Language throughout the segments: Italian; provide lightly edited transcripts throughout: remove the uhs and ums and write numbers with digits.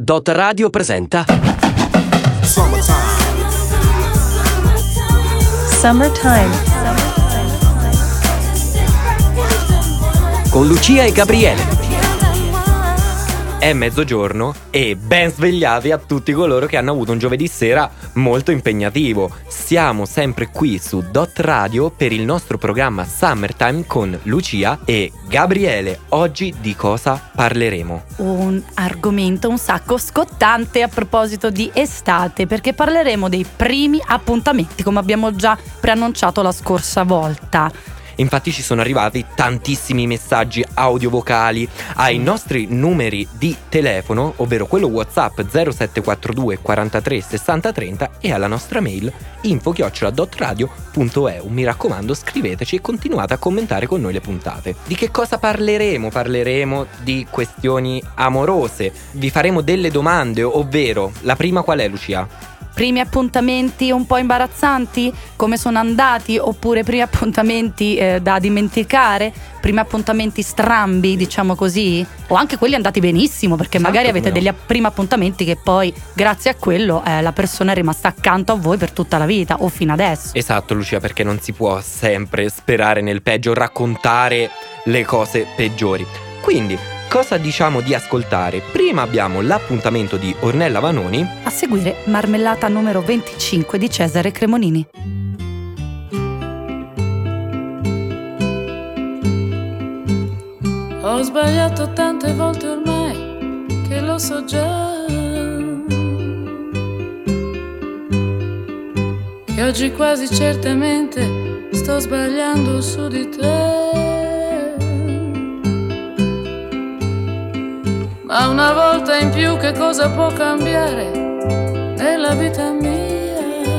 Dot Radio presenta Summertime con Lucia e Gabriele. È mezzogiorno e ben svegliati a tutti coloro che hanno avuto un giovedì sera molto impegnativo. Siamo sempre qui su Dot Radio per il nostro programma Summertime con Lucia e Gabriele. Oggi di cosa parleremo? Un argomento un sacco scottante a proposito di estate, perché parleremo dei primi appuntamenti, come abbiamo già preannunciato la scorsa volta. Infatti ci sono arrivati tantissimi messaggi audio vocali ai nostri numeri di telefono, ovvero quello WhatsApp 0742 43 60 30 e alla nostra mail info@dotradio.eu. Mi raccomando, scriveteci e continuate a commentare con noi le puntate. Di che cosa parleremo? Parleremo di questioni amorose. Vi faremo delle domande, ovvero la prima qual è, Lucia? Primi appuntamenti un po' imbarazzanti? Come sono andati? Oppure primi appuntamenti da dimenticare? Primi appuntamenti strambi, diciamo così? O anche quelli andati benissimo, perché magari avete degli primi appuntamenti che poi, grazie a quello, la persona è rimasta accanto a voi per tutta la vita o fino adesso. Esatto, Lucia, perché non si può sempre sperare nel peggio, raccontare le cose peggiori. Quindi, cosa diciamo di ascoltare? Prima abbiamo l'appuntamento di Ornella Vanoni. A seguire Marmellata numero 25 di Cesare Cremonini. Ho sbagliato tante volte ormai che lo so già, che oggi quasi certamente sto sbagliando su di te. Ma una volta in più che cosa può cambiare nella vita mia?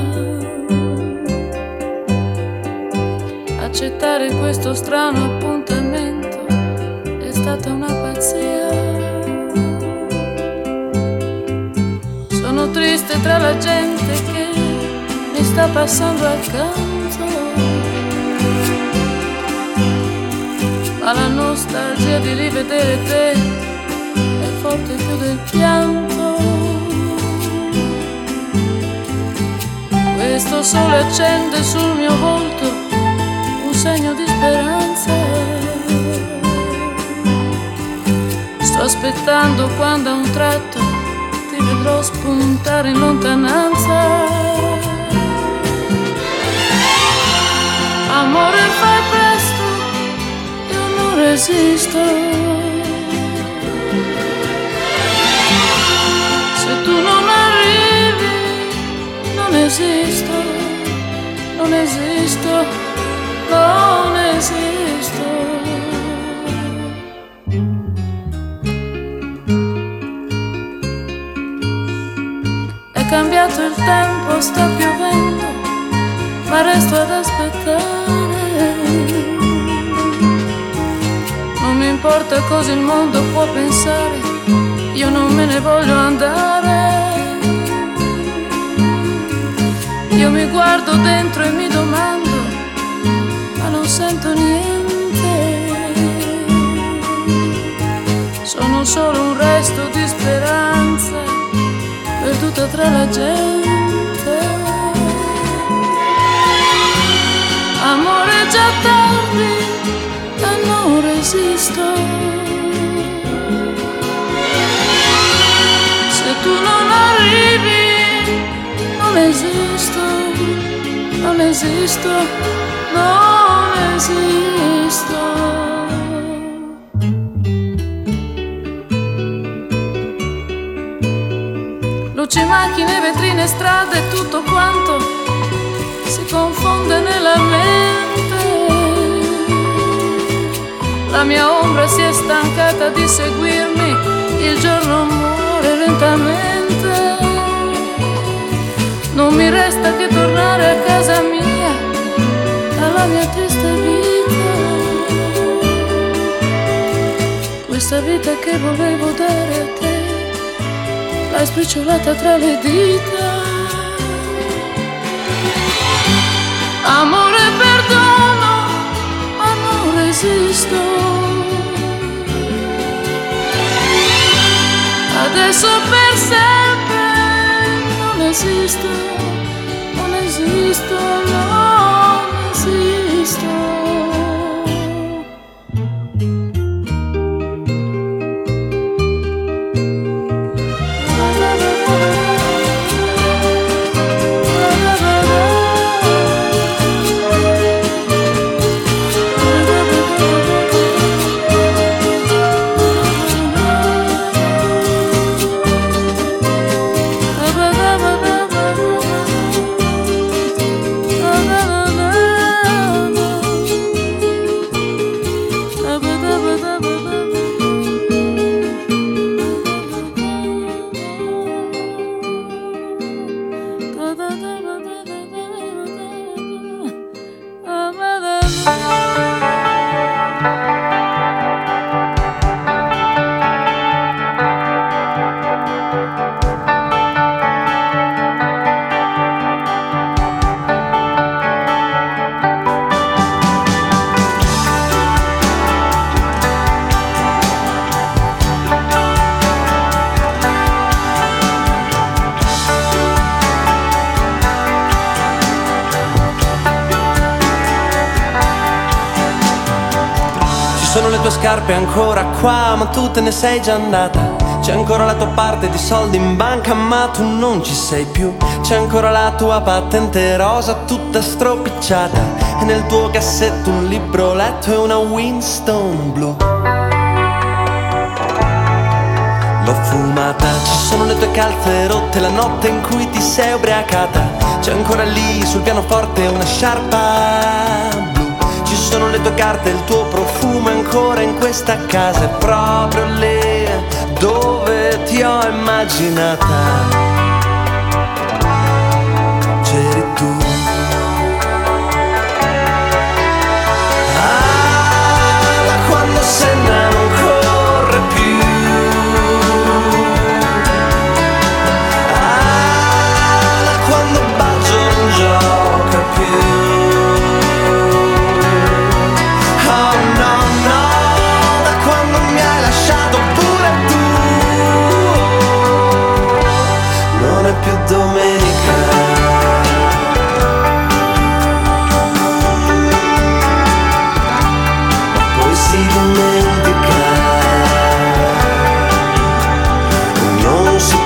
Accettare questo strano appuntamento è stata una pazzia. Sono triste tra la gente che mi sta passando accanto, ma la nostalgia di rivedere te forte più del pianto. Questo sole accende sul mio volto un segno di speranza. Sto aspettando quando a un tratto ti vedrò spuntare in lontananza. Amore, fai presto, io non resisto. Tu non arrivi, non esisto, non esisto, non esisto. È cambiato il tempo, sta piovendo, ma resto ad aspettare. Non mi importa cosa il mondo può pensare, io non me ne voglio andare. Io mi guardo dentro e mi domando, ma non sento niente. Sono solo un resto di speranza perduta tra la gente. Amore, è già tardi e non resisto. Tu non arrivi, non esisto, non esisto, non esisto. Luci, macchine, vetrine, strade, tutto quanto si confonde nella mente. La mia ombra si è stancata di seguirmi, il giorno muore lentamente. Non mi resta che tornare a casa mia, alla mia triste vita. Questa vita che volevo dare a te, l'hai spicciolata tra le dita. Amore, perdono, ma non resisto. Adesso per esisto, non esisto, non esisto. Sono le tue scarpe ancora qua, ma tu te ne sei già andata. C'è ancora la tua parte di soldi in banca, ma tu non ci sei più. C'è ancora la tua patente rosa tutta stropicciata, e nel tuo cassetto un libro letto e una Winston blu. L'ho fumata, ci sono le tue calze rotte, la notte in cui ti sei ubriacata. C'è ancora lì sul pianoforte una sciarpa blu. Ci sono le tue carte, il tuo profumo è ancora in questa casa, è proprio lì dove ti ho immaginata. C'eri tu. Ah, quando Senna non corre più. Ah, quando Baggio non gioca più. Domenica, poi si dimentica, non si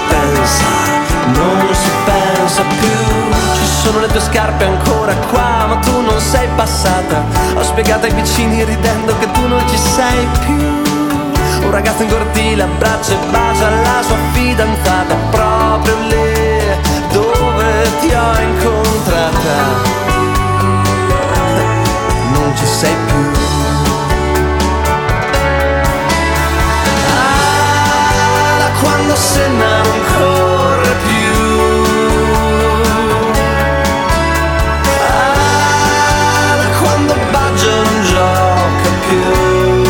pensa più. Ci sono le tue scarpe ancora qua, ma tu non sei passata. Ho spiegato ai vicini ridendo che tu non ci sei più. Un ragazzo in cortile abbraccia e bacia la sua fidanzata, proprio lì dove ti ho incontrata. Non ci sei più. Ah, quando Senna non corre più. Ah, quando Baggio non gioca più.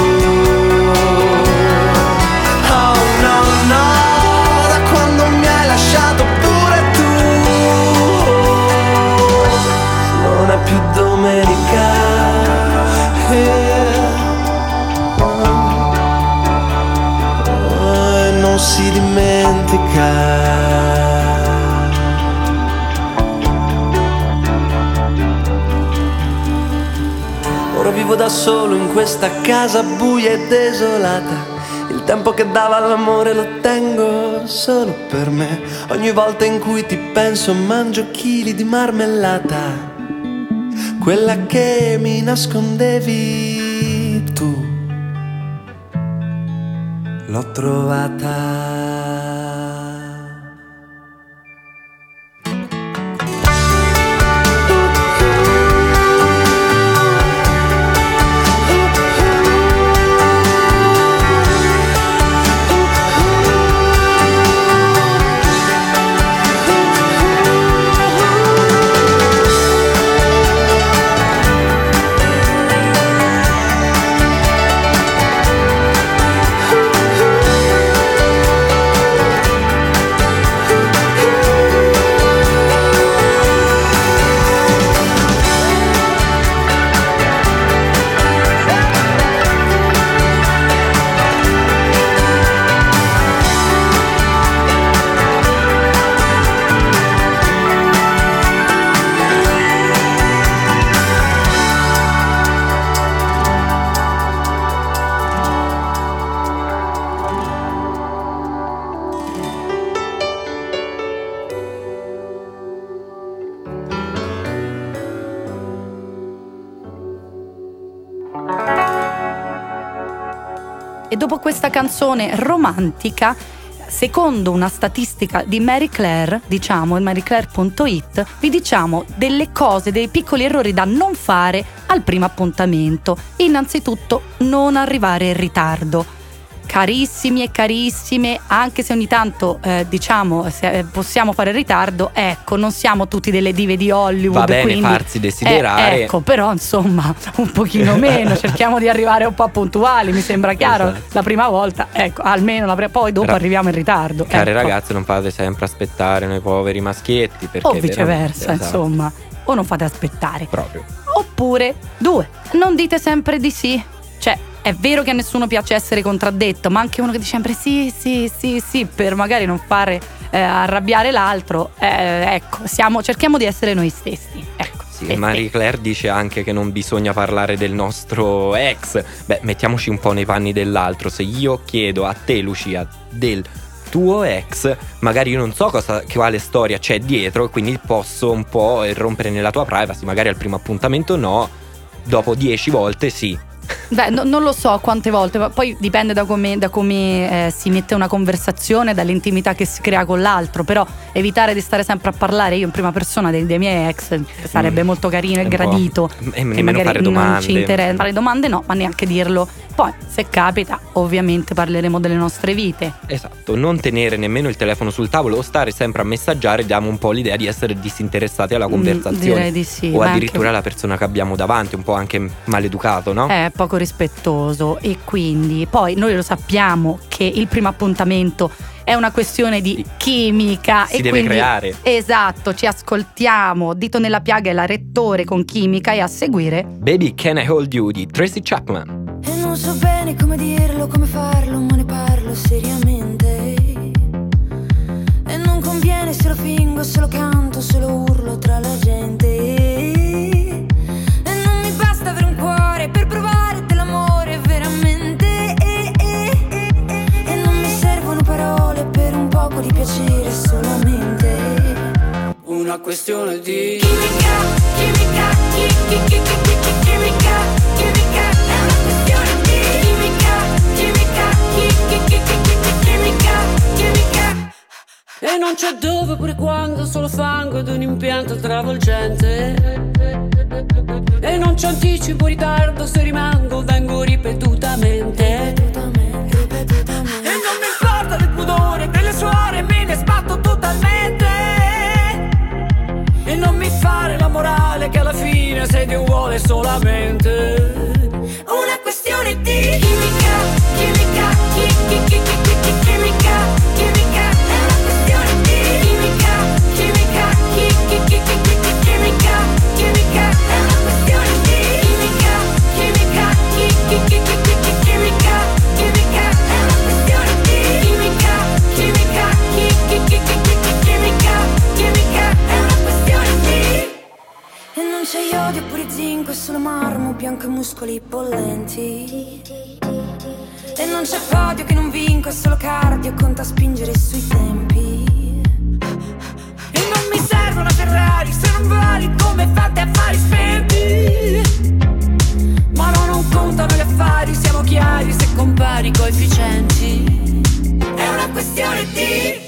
Più domenica, non si dimentica. Ora vivo da solo in questa casa buia e desolata. Il tempo che dava all'amore lo tengo solo per me. Ogni volta in cui ti penso mangio chili di marmellata, quella che mi nascondevi tu, l'ho trovata. E dopo questa canzone romantica, secondo una statistica di Marie Claire, diciamo, il marieclaire.it, vi diciamo delle cose, dei piccoli errori da non fare al primo appuntamento. Innanzitutto, non arrivare in ritardo. Carissimi e carissime, anche se ogni tanto possiamo fare ritardo, ecco, non siamo tutti delle dive di Hollywood. Va bene quindi, farsi desiderare. ecco, però insomma un pochino meno, cerchiamo di arrivare un po' puntuali, mi sembra chiaro. Esatto. La prima volta, ecco, almeno poi dopo arriviamo in ritardo. Care ecco. ragazze, non fate sempre aspettare noi poveri maschietti, perché O viceversa, esatto, insomma, o non fate aspettare. proprio. Oppure 2, non dite sempre di sì. Cioè, è vero che a nessuno piace essere contraddetto, ma anche uno che dice sempre sì, per magari non fare arrabbiare l'altro. Ecco, cerchiamo di essere noi stessi. Ecco. Sì, Marie Claire dice anche che non bisogna parlare del nostro ex. Beh, mettiamoci un po' nei panni dell'altro. Se io chiedo a te, Lucia, del tuo ex, magari io non so quale storia c'è dietro, e quindi posso un po' irrompere nella tua privacy. Magari al primo appuntamento no, dopo 10 volte sì. Beh, non lo so quante volte, ma poi dipende da come si mette una conversazione, dall'intimità che si crea con l'altro. Però evitare di stare sempre a parlare io in prima persona dei miei ex sarebbe molto carino e gradito. E nemmeno fare domande. Non ci interessa fare domande, no, ma neanche dirlo. Poi se capita, ovviamente parleremo delle nostre vite. Esatto, non tenere nemmeno il telefono sul tavolo o stare sempre a messaggiare, diamo un po' l'idea di essere disinteressati alla conversazione. Direi di sì. O addirittura la persona che abbiamo davanti, un po' anche maleducato, no? Poco rispettoso. E quindi poi noi lo sappiamo che il primo appuntamento è una questione di chimica. Si e deve quindi, creare. Esatto, ci ascoltiamo. Dito nella piaga e la Rettore con Chimica, e a seguire Baby Can I Hold You di Tracy Chapman. E non so bene come dirlo, come farlo, ma ne parlo seriamente. E non conviene se lo fingo, se lo canto, se lo urlo tra la gente. E non mi basta avere un cuore per provare dell'amore veramente. E non mi servono parole per un poco di piacere solamente. Una questione di chimica, chimica, chimica, chimica, chimica. È una questione di chimica, chimica, chimica, chimica. E non c'è dove, pure quando, solo fango ed un impianto travolgente. E non c'è anticipo, ritardo, se rimango vengo ripetutamente. E non mi importa del pudore, delle suore, me ne sbatto totalmente. E non mi fare la morale, che alla fine se Dio vuole solamente una questione di chimica, chimica, chimica, chimica, chimica. È una questione di chimica, chimica, chimica, chimica. È una questione di chimica, chimica, chimica, chimica. È una questione di chimica, chimica, chimica, chimica. È una questione di. E non c'è iodio pure zinco, è solo marmo bianco e muscoli bollenti. E non c'è podio che non vinco, è solo cardio, conta spingere sui tempi. e non mi serve una Ferrari se non vali come fate affari spenti. Ma no, non contano gli affari, siamo chiari se compari i coefficienti. È una questione di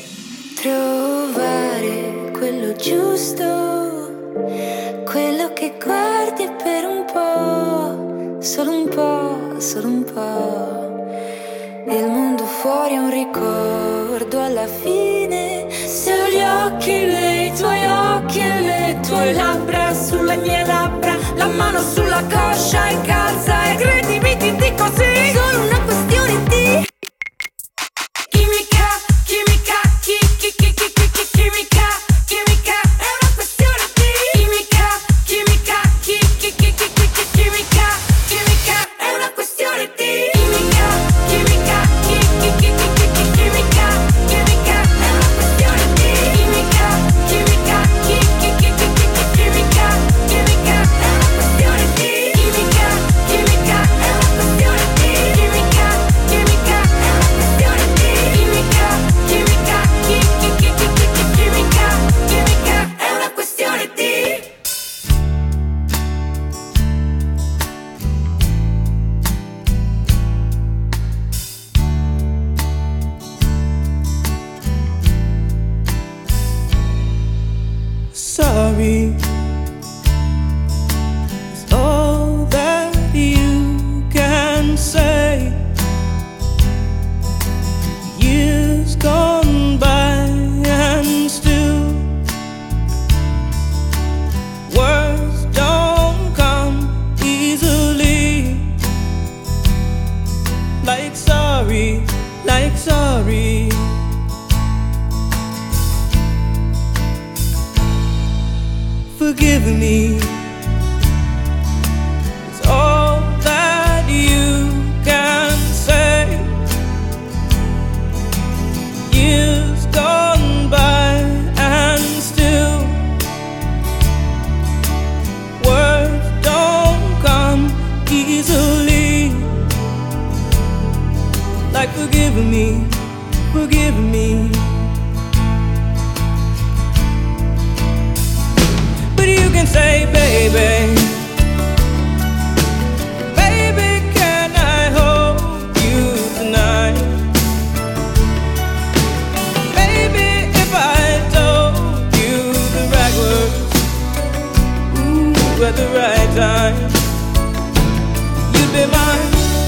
trovare quello giusto, quello che guardi per un po', solo un po', solo un po'. Il mondo fuori è un ricordo alla fine. Se ho gli occhi nei tuoi occhi e le tue labbra sulle mie labbra, la mano sulla coscia e calza, e credimi ti dico sì. Solo una questione di chimica, chimica, chimica, chimica. È una questione di chimica, chimica, chimica, chimica. È una questione di chimica, chimica, chimica, chimica. È una questione di chimica, chimica, chimica, chimica. È una questione di chimica, chimica. È una questione di chimica, forgiven me is all that you can say. Years gone by and still words don't come easily. Like forgiving me, forgiving me. But you can say, baby, baby, can I hold you tonight? Baby, if I told you the right words, ooh, at the right time, you'd be mine.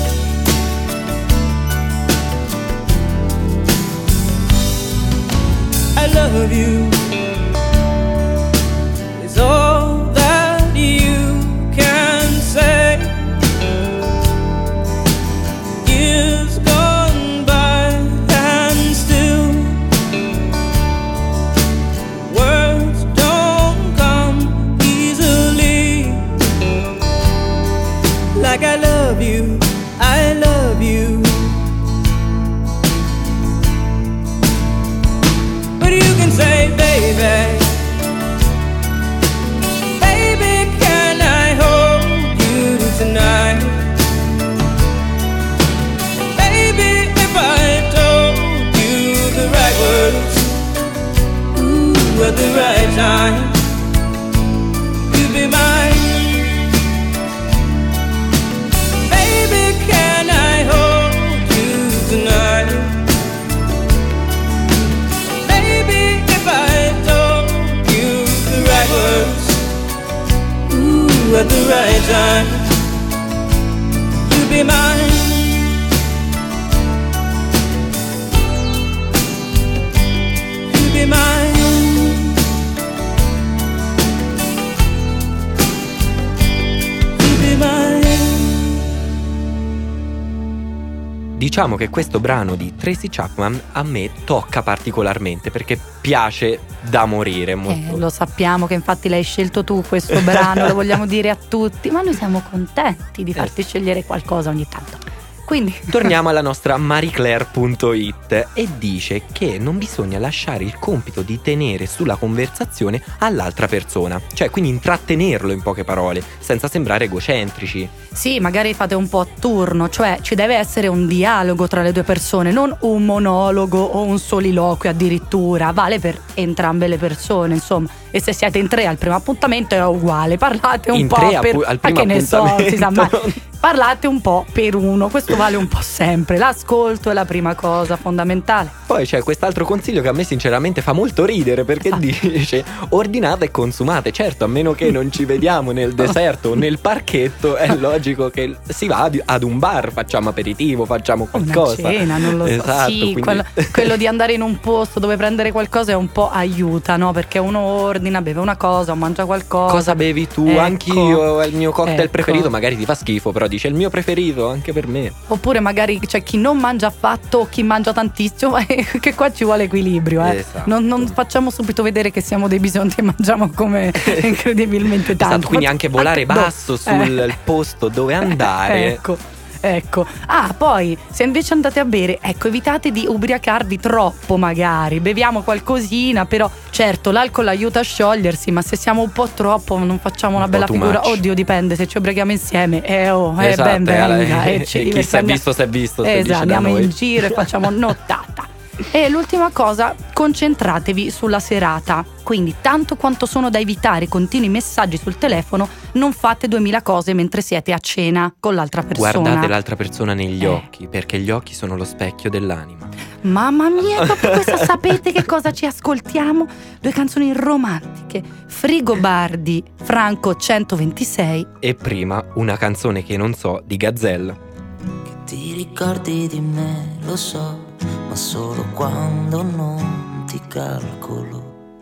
I love you is all that you can say. Years gone by and still words don't come easily. Like I love you, I love you. You can say, baby, baby, can I hold you tonight? Baby, if I told you the right words, ooh, at the right time, you'd be mine. Baby, can I hold you tonight? Ooh, at the right time, you'll be mine. You'll be mine. You'll be mine. Diciamo che questo brano di Tracy Chapman a me tocca particolarmente perché piace da morire molto. Lo sappiamo che infatti l'hai scelto tu questo brano, lo vogliamo dire a tutti, ma noi siamo contenti di farti scegliere qualcosa ogni tanto. Quindi torniamo alla nostra marieclaire.it e dice che non bisogna lasciare il compito di tenere sulla conversazione all'altra persona, cioè quindi intrattenerlo in poche parole, senza sembrare egocentrici. Sì, magari fate un po' a turno, cioè ci deve essere un dialogo tra le due persone, non un monologo o un soliloquio addirittura, vale per entrambe le persone, insomma. E se siete in 3 al primo appuntamento è uguale, parlate un in po' al primo che ne so, si sa mai. appuntamento. Parlate un po' per uno, questo vale un po' sempre, l'ascolto è la prima cosa fondamentale. Poi c'è quest'altro consiglio che a me sinceramente fa molto ridere perché dice ordinate e consumate, certo a meno che non ci vediamo nel deserto o nel parchetto è logico che si va ad un bar, facciamo aperitivo, facciamo qualcosa. Una cena, non lo so. Esatto, sì, quindi... quello di andare in un posto dove prendere qualcosa è un po' aiuta, no? Perché uno ordina, beve una cosa, mangia qualcosa. Cosa bevi tu? Ecco, Anch'io, il mio cocktail ecco. preferito, magari ti fa schifo, però dice il mio preferito anche per me. Oppure magari c'è chi non mangia affatto o chi mangia tantissimo, che qua ci vuole equilibrio, Esatto. Non facciamo subito vedere che siamo dei bisonti e mangiamo come incredibilmente tanto. Esatto, quindi anche volare basso sul posto dove andare. Ecco. Ah, poi se invece andate a bere, ecco, evitate di ubriacarvi troppo magari. Beviamo qualcosina, però certo l'alcol aiuta a sciogliersi, ma se siamo un po' troppo non facciamo una bella figura. Much. Oddio, dipende, se ci ubriachiamo insieme, esatto, ben venga. chi si è visto si è visto. Esatto, andiamo in giro e facciamo nottata. E l'ultima cosa, concentratevi sulla serata. Quindi tanto quanto sono da evitare continui messaggi sul telefono, non fate 2000 cose mentre siete a cena con l'altra persona. Guardate l'altra persona negli occhi, perché gli occhi sono lo specchio dell'anima. Mamma mia, dopo questo sapete che cosa ci ascoltiamo? 2 canzoni romantiche, Frigobardi, Franco 126. E prima una canzone che non so di Gazelle. Che ti ricordi di me, lo so, ma solo quando non ti calcolo.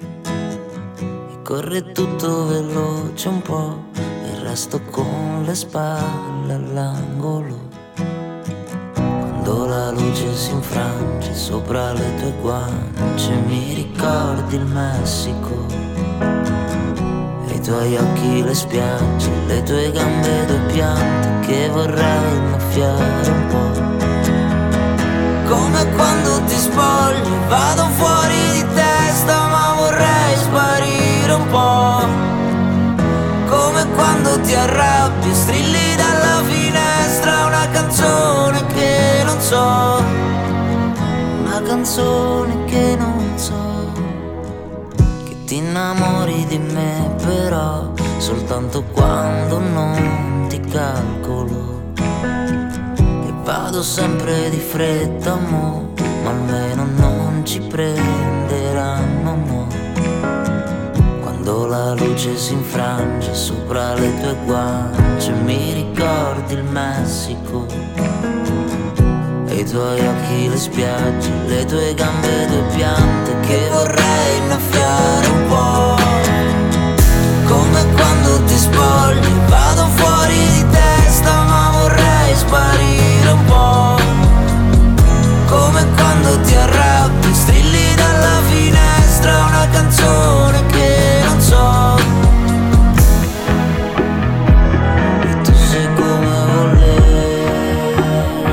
E corre tutto veloce un po', e resto con le spalle all'angolo. Quando la luce si infrange sopra le tue guance, mi ricordi il Messico e i tuoi occhi le spiagge, le tue gambe due piante che vorrei innaffiare un po'. Come quando ti spogli, vado fuori di testa ma vorrei sparire un po'. Come quando ti arrabbi, strilli dalla finestra una canzone che non so, una canzone che non so. Che ti innamori di me però soltanto quando non ti calcolo. Vado sempre di fretta, mo, ma almeno non ci prenderanno, no. Quando la luce si infrange sopra le tue guance, mi ricordi il Messico e i tuoi occhi le spiagge, le tue gambe due piante che vorrei innaffiare un po'. Come quando ti spogli, vado fuori di testa ma vorrei sparire un po'. Come quando ti arrabbi, strilli dalla finestra una canzone che non so. E tu sei come volevo,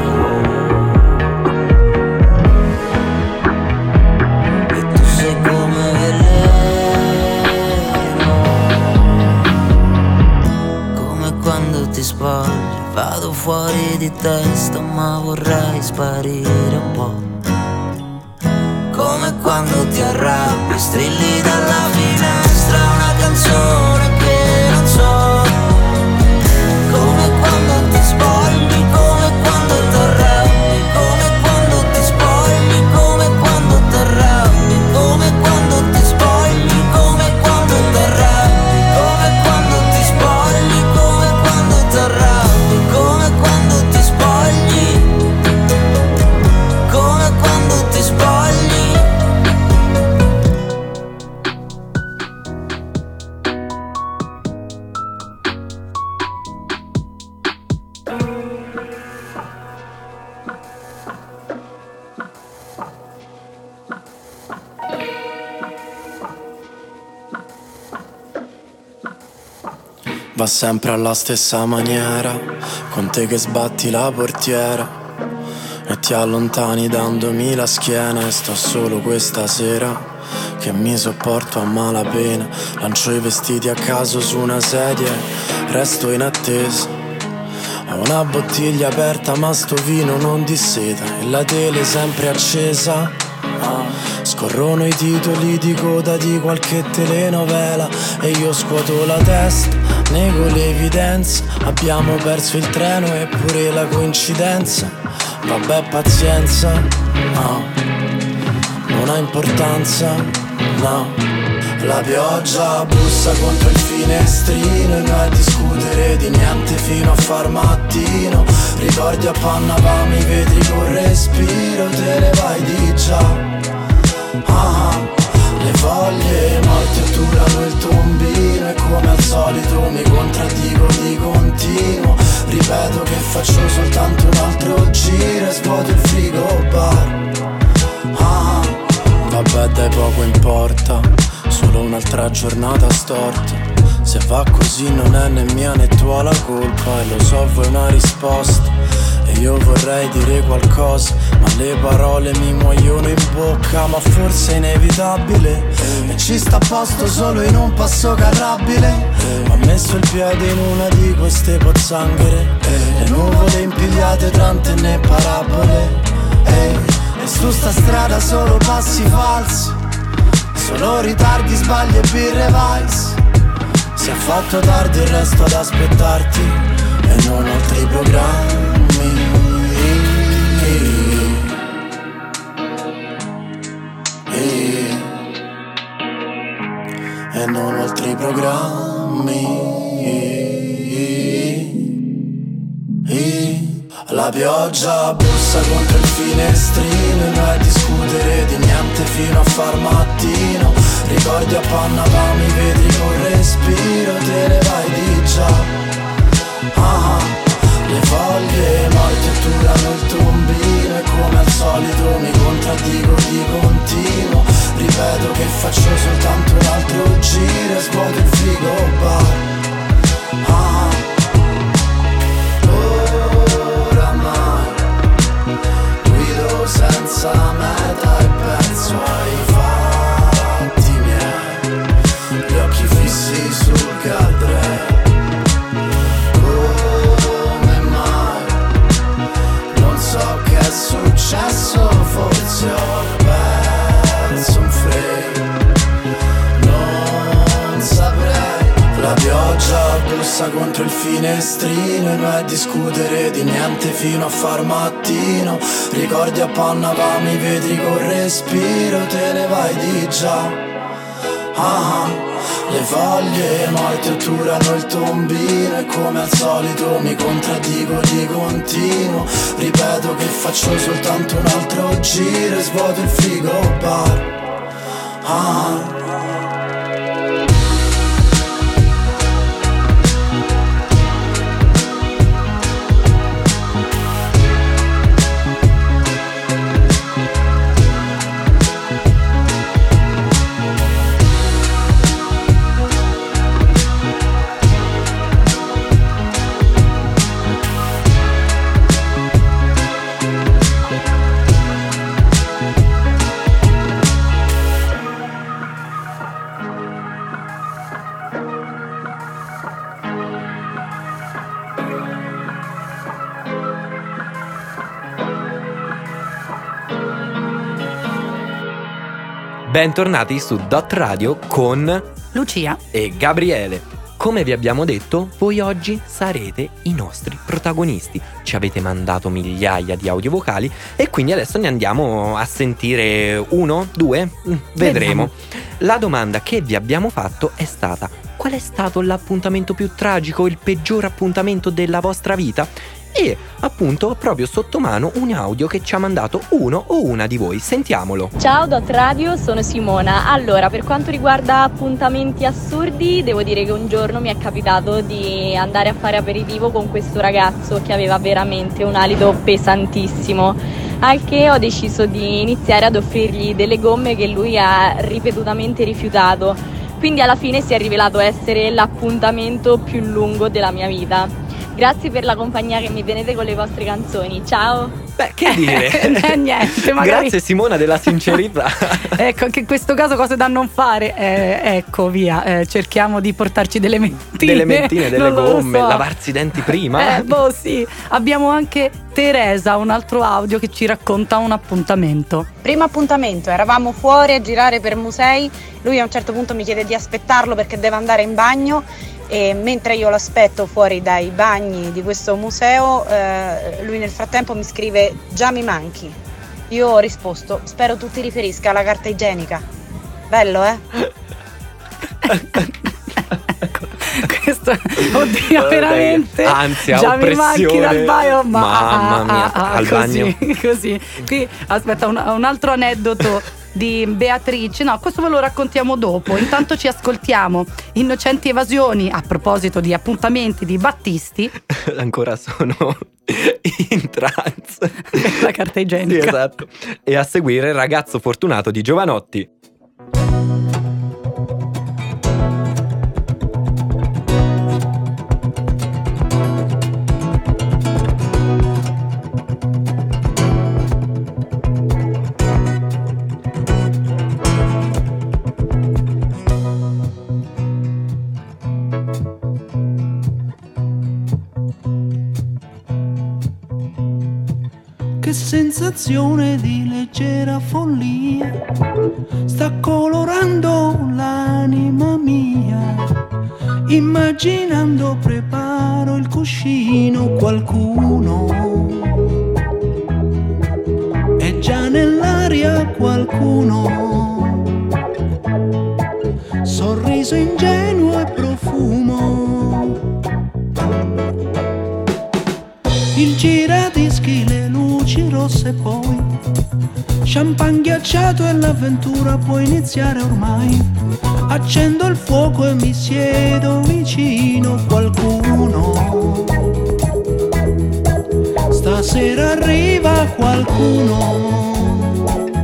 e tu sei come veleno. Come quando ti spogli, vado fuori di testa ma vorrei sparire un po'. Come quando ti arrabbi, strilli dalla finestra una canzone che non so. Come quando ti spogli, come quando ti arrabbi, come quando ti spogli, come quando ti arrabbi, come quando ti spogli, come quando ti arrabbi, come quando ti spogli, come quando ti arrabbi, come quando ti spogli, come quando ti spogli. Va sempre alla stessa maniera, con te che sbatti la portiera e ti allontani dandomi la schiena. E sto solo questa sera che mi sopporto a malapena. Lancio i vestiti a caso su una sedia, resto in attesa. Ho una bottiglia aperta ma sto vino non disseta e la tele sempre accesa. Scorrono i titoli di coda di qualche telenovela e io scuoto la testa, nego l'evidenza. Abbiamo perso il treno e pure la coincidenza. Vabbè, pazienza, no, non ha importanza, no. La pioggia bussa contro il finestrino e noi a discutere di niente fino a far mattino. Ricordi appannavamo i vetri con respiro, te ne vai di già. Le foglie morte otturano il tombino e come al solito mi contraddico di continuo. Ripeto che faccio soltanto un altro giro e svuoto il frigo bar. Vabbè, dai, poco importa, solo un'altra giornata storta. Se va così non è né mia né tua la colpa e lo so, vuoi una risposta. E io vorrei dire qualcosa, ma le parole mi muoiono in bocca. Ma forse è inevitabile e ci sta a posto solo in un passo carrabile. Ho messo il piede in una di queste pozzanghere, le nuvole impigliate tra antenne e parabole. E su sta strada solo passi falsi, solo ritardi, sbagli e birre vice. Si è fatto tardi e resto ad aspettarti e non altri programmi. E non altri programmi. La pioggia bussa contro il finestrino e noi a discutere di niente fino a far mattino. Ricordi appannavamo i vetri con respiro, te ne vai di già. Le foglie morte turano il tombino e come al solito mi contraddico di continuo. Ripeto che faccio soltanto un altro giro e svuoto il frigo bar. Oramai guido senza meta e penso ai fatti miei, gli occhi fissi sul guardrail. Come mai non so che è successo, forse ho perso un frame, non saprei. La pioggia bussa contro il finestrino e noi a discutere di niente fino a far mattino. Ricordi a panna mi vetri con respiro, te ne vai di già. Le foglie morte otturano il tombino e come al solito mi contraddico di continuo. Ripeto che faccio soltanto un altro giro e svuoto il frigo bar. Bentornati su Dot Radio con Lucia e Gabriele. Come vi abbiamo detto, voi oggi sarete i nostri protagonisti. Ci avete mandato migliaia di audio vocali e quindi adesso ne andiamo a sentire uno, due, vedremo. La domanda che vi abbiamo fatto è stata: qual è stato l'appuntamento più tragico, il peggior appuntamento della vostra vita? E appunto proprio sotto mano un audio che ci ha mandato uno o una di voi. Sentiamolo. Ciao Dot Radio, sono Simona. Allora, per quanto riguarda appuntamenti assurdi, devo dire che un giorno mi è capitato di andare a fare aperitivo con questo ragazzo che aveva veramente un alito pesantissimo, al che ho deciso di iniziare ad offrirgli delle gomme che lui ha ripetutamente rifiutato. Quindi alla fine si è rivelato essere l'appuntamento più lungo della mia vita. Grazie per la compagnia che mi tenete con le vostre canzoni, ciao! Beh, che dire? Niente, magari... Grazie Simona della sincerità. Ecco, anche in questo caso cose da non fare, ecco via, cerchiamo di portarci delle mentine. Delle mentine, delle gomme, so. Lavarsi i denti prima. Sì, abbiamo anche Teresa, un altro audio che ci racconta un appuntamento. Primo appuntamento, eravamo fuori a girare per musei, lui a un certo punto mi chiede di aspettarlo perché deve andare in bagno. E mentre io l'aspetto fuori dai bagni di questo museo, lui nel frattempo mi scrive: già mi manchi. Io ho risposto: spero tu ti riferisca alla carta igienica. Bello, eh? Questo, oddio, veramente. Ansia, già oppressione. Mi manchi dal bagno, mamma mia, al bagno. Così. Qui aspetta un altro aneddoto di Beatrice. No, questo ve lo raccontiamo dopo. Intanto ci ascoltiamo Innocenti Evasioni a proposito di appuntamenti di Battisti. Ancora sono in trance. La carta igienica. Sì, esatto. E a seguire Ragazzo Fortunato di Giovanotti. Che sensazione di leggera follia sta colorando l'anima mia. Immaginando preparo il cuscino, qualcuno è già nell'aria, qualcuno. Sorriso ingenuo e profumo. Il giradischi, le luci rosse, poi champagne ghiacciato e l'avventura può iniziare ormai. Accendo il fuoco e mi siedo vicino, qualcuno Stasera arriva qualcuno,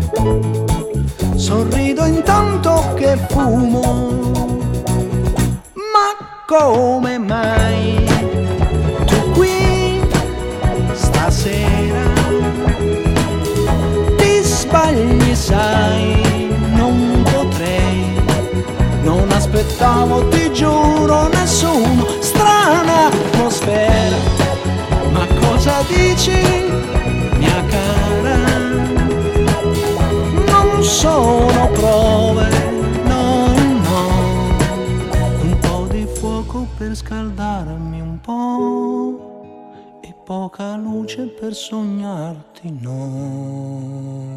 sorrido intanto che fumo, ma come mai tu qui stasera? Ti sbagli, sai, non potrei, non aspettavo, ti giuro, nessuno, strana atmosfera, ma cosa dici, mia cara? Non sono prove, no, no, un po' di fuoco per scaldarmi un po' e poca luce per sognarti, no.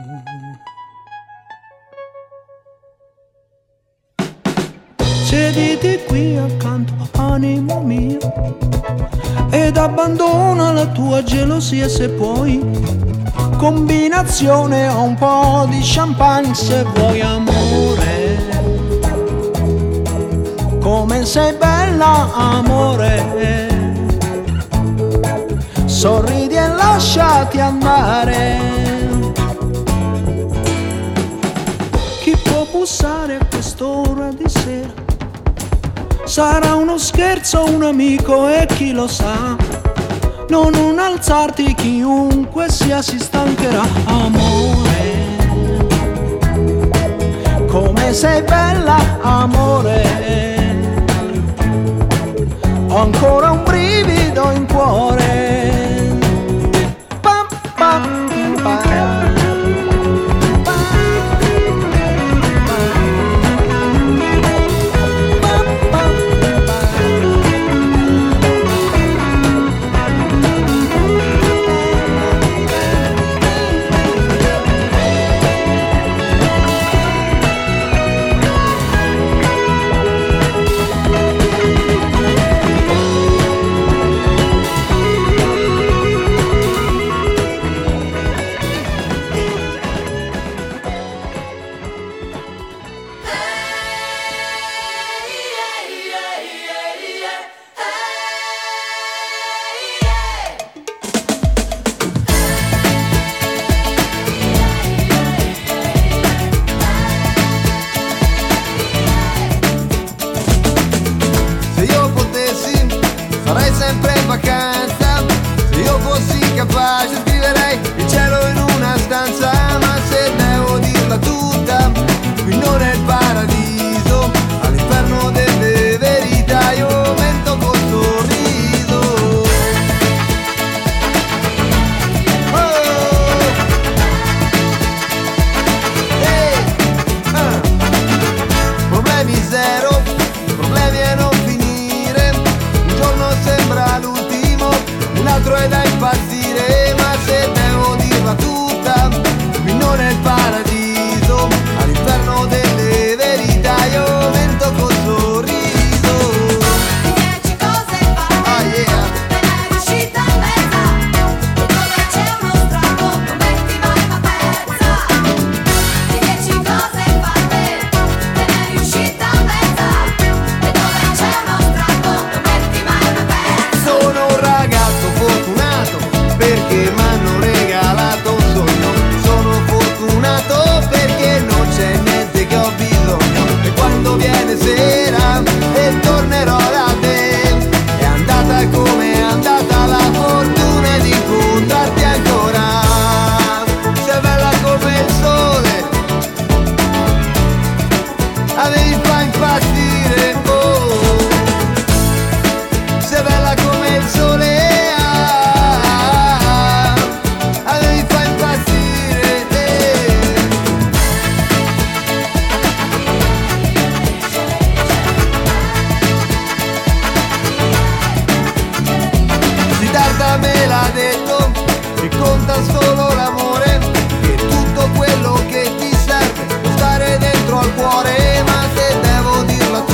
Siediti qui accanto, animo mio, ed abbandona la tua gelosia se puoi. Combinazione a un po' di champagne se vuoi, amore. Come sei bella, amore. Sorridi e lasciati andare. Chi può bussare a quest'ora di sera? Sarà uno scherzo, un amico e chi lo sa. Non alzarti, chiunque sia si stancherà, amore. Come sei bella, amore. Ho ancora un brivido in cuore. Pam, pam, pam. Stare dentro al cuore, ma se devo dirla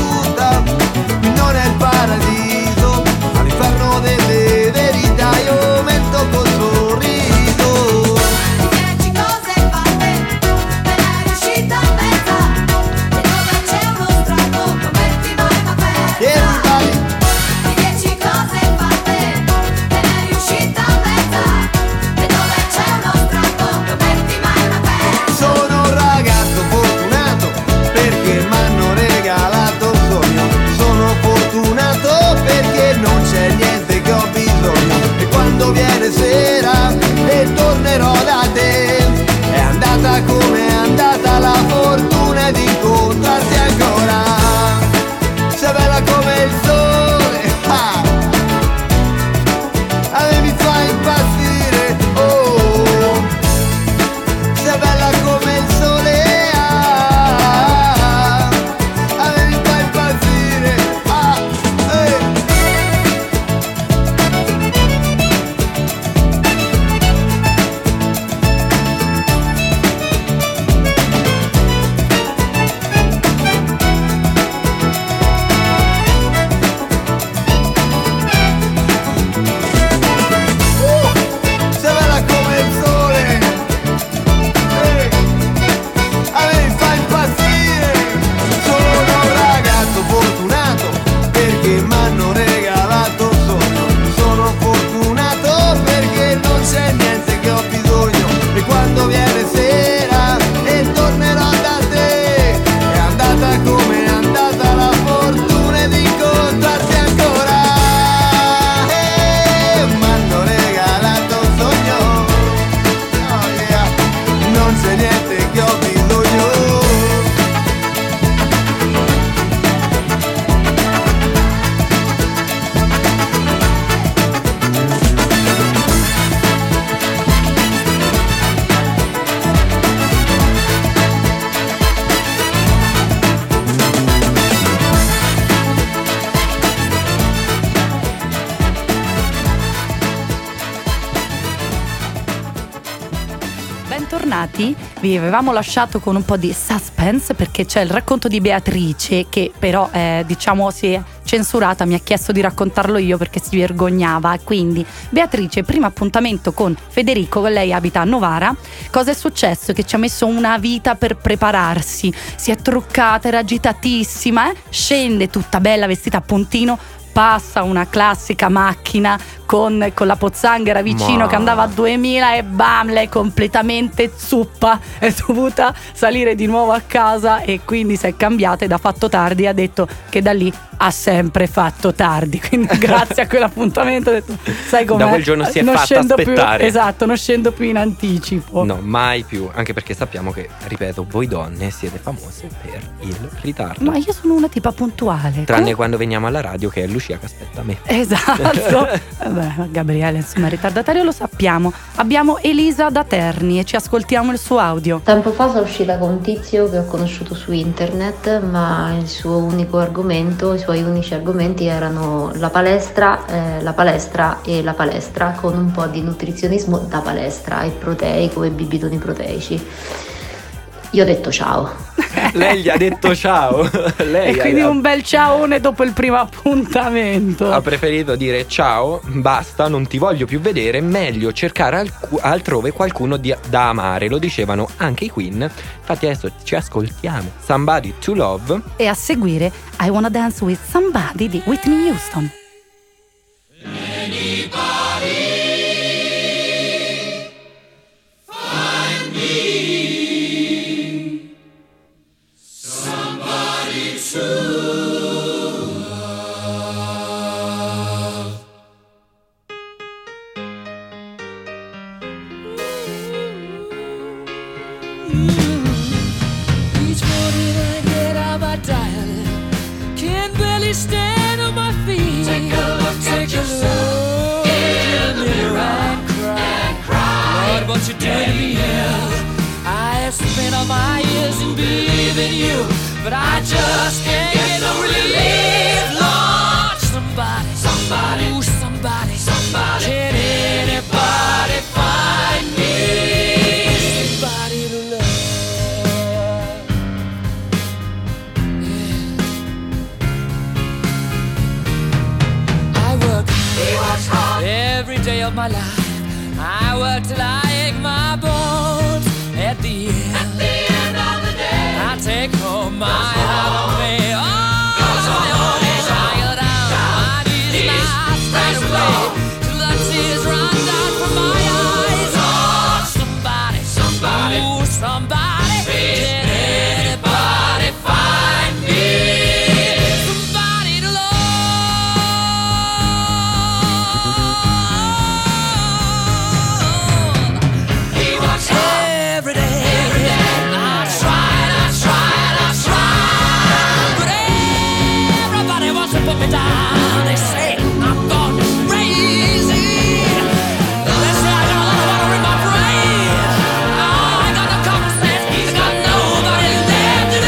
tornati, vi avevamo lasciato con un po' di suspense perché c'è il racconto di Beatrice che però diciamo si è censurata, mi ha chiesto di raccontarlo io perché si vergognava. Quindi Beatrice, primo appuntamento con Federico, lei abita a Novara. Cosa è successo? Che ci ha messo una vita per prepararsi, si è truccata, era agitatissima, scende tutta bella vestita a puntino, passa una classica macchina con la pozzanghera vicino che andava a 2000 e bam, lei completamente zuppa, è dovuta salire di nuovo a casa e quindi si è cambiata ed ha fatto tardi, ha detto che da lì ha sempre fatto tardi, quindi grazie a quell'appuntamento ha detto sai com'è, da quel giorno si è non fatta aspettare più, esatto, non scendo più in anticipo, no, mai più, anche perché sappiamo che, ripeto, voi donne siete famose per il ritardo, ma io sono una tipa puntuale, tranne quando veniamo alla radio che è Lucia che aspetta me, esatto. Beh, Gabriele insomma ritardatario, lo sappiamo. Abbiamo Elisa da Terni e ci ascoltiamo il suo audio. Tempo fa sono uscita con un tizio che ho conosciuto su internet, ma il suo unico argomento, i suoi unici argomenti erano la palestra e la palestra con un po' di nutrizionismo da palestra e proteico e bibitoni proteici. Io ho detto ciao. Lei gli ha detto ciao. Lei e quindi un bel ciaone dopo il primo appuntamento. Ha preferito dire ciao, basta, non ti voglio più vedere, meglio cercare altrove qualcuno da amare. Lo dicevano anche i Queen. Infatti adesso ci ascoltiamo Somebody to Love e a seguire I Wanna Dance with Somebody di Whitney Houston. Stand on my feet. Take a look at yourself in the mirror and cry. Lord, what you doing to me? I have spent all my years in believing you, but I just can't get no relief. Lord, somebody, ooh, somebody. Can anybody find me somebody to love? Every day of my life, I work till I ache my bones. At the end of the day, I take home my heart on me. Oh, I go down, my knees, my straight away, till the tears run down from my eyes. Oh, somebody, ooh, somebody, can anybody find me somebody to love? Every day, I try, but everybody wants to put me down. They say I'm gone crazy. They say I got a lot of water in my brain. Oh, I got no common sense. I got nobody left to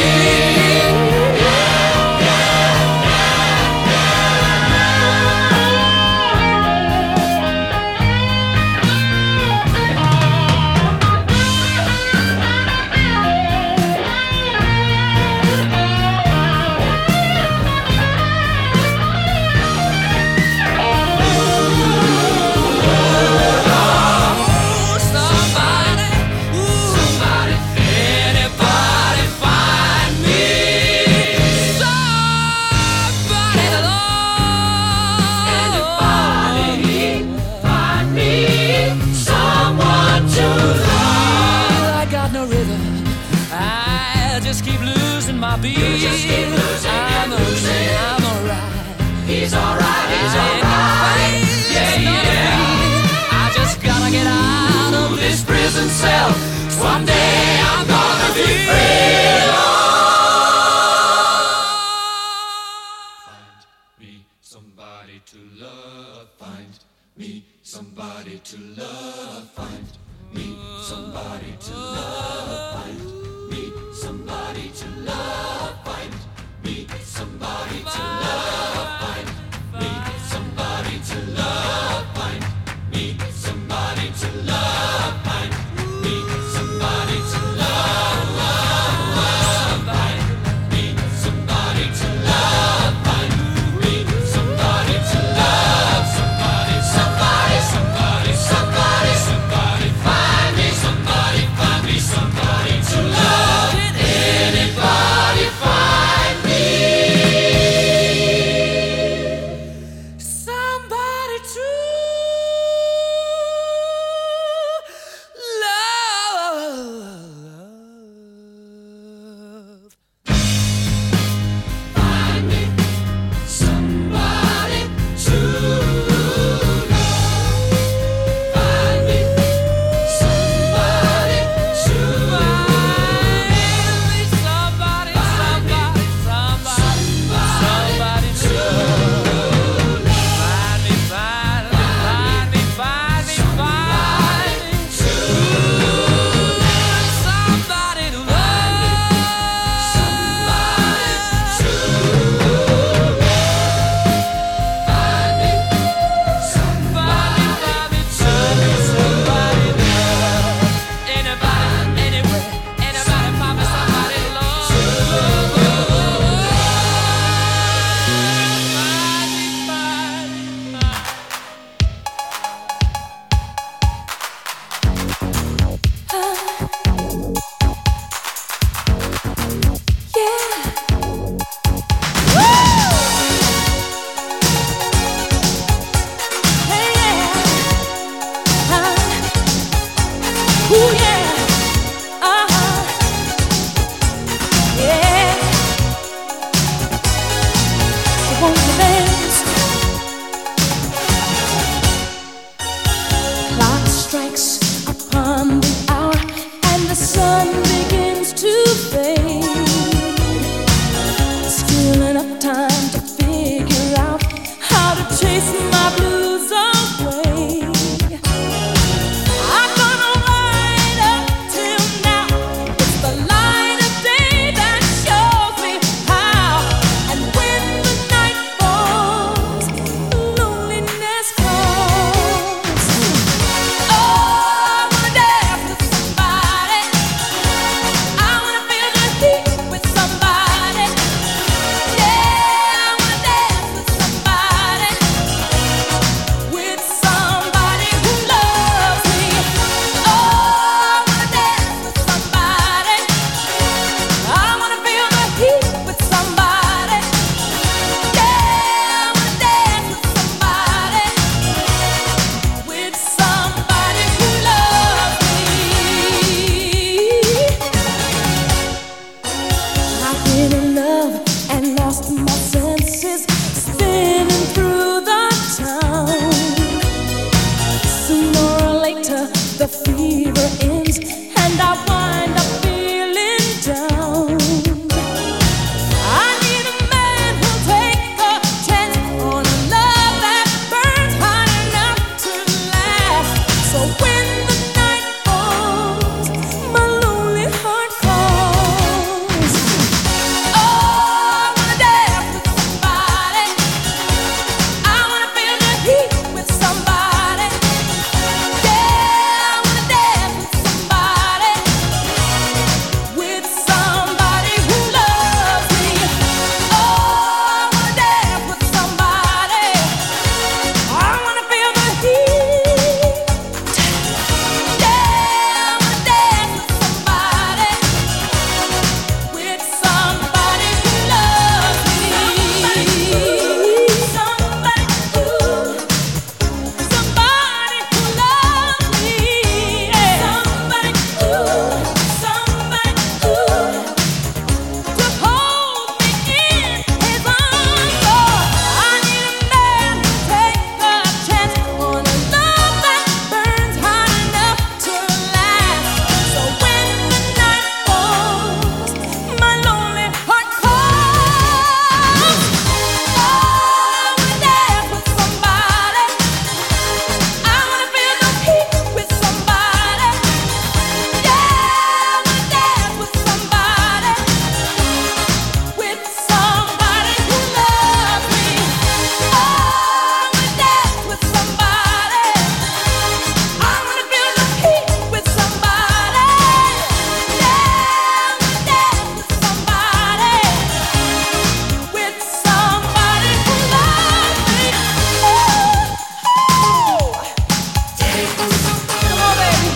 someday I'm gonna be free. Find me somebody to love. Find me somebody to love. Find me somebody to love. Find me somebody to love. Find me somebody to love. Find me somebody to love. Find me somebody to love. Find me somebody. fallen in love and lost my senses, spinning through the town. Sooner or later the fever ends and I wind up feeling down. I need a man who'll take a chance on a love that burns hot enough to last. So when the night falls, my lonely heart calls. Oh, I wanna dance with somebody. I wanna feel the heat with somebody. Yeah, I wanna dance with somebody. With somebody who loves me. Oh, I wanna dance with somebody. I wanna feel the heat. Yeah, I wanna dance with somebody. With somebody who loves me. Somebody who loves me. Somebody who to hold me in his arms. Oh, I need a man to take a chance on a love that burns hot enough to last. So when the night falls, my lonely heart calls. Oh, I wanna dance with somebody. I wanna feel the heat with somebody. Yeah, I wanna dance with somebody. With somebody who loves me. Oh, I wanna dance with somebody. I wanna feel the heat with somebody. Yeah, I wanna dance with somebody. With somebody who loves me. Come on, baby.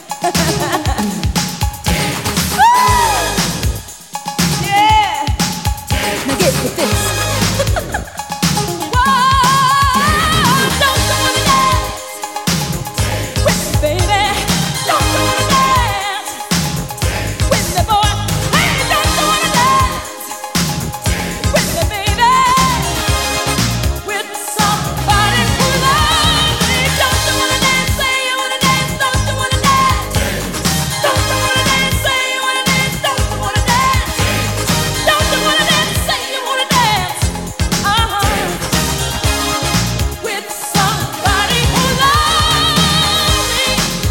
Yeah. Now get with this. Whoa, don't you wanna dance with me, baby? Don't you wanna dance with me, boy? Hey, don't you wanna dance with me, baby? With somebody who loves me. Don't you wanna dance? Say you wanna dance. Don't you wanna dance? Don't you wanna dance? Say you wanna dance. Don't you wanna dance? Don't you wanna dance? Say you wanna dance. With somebody who loves me.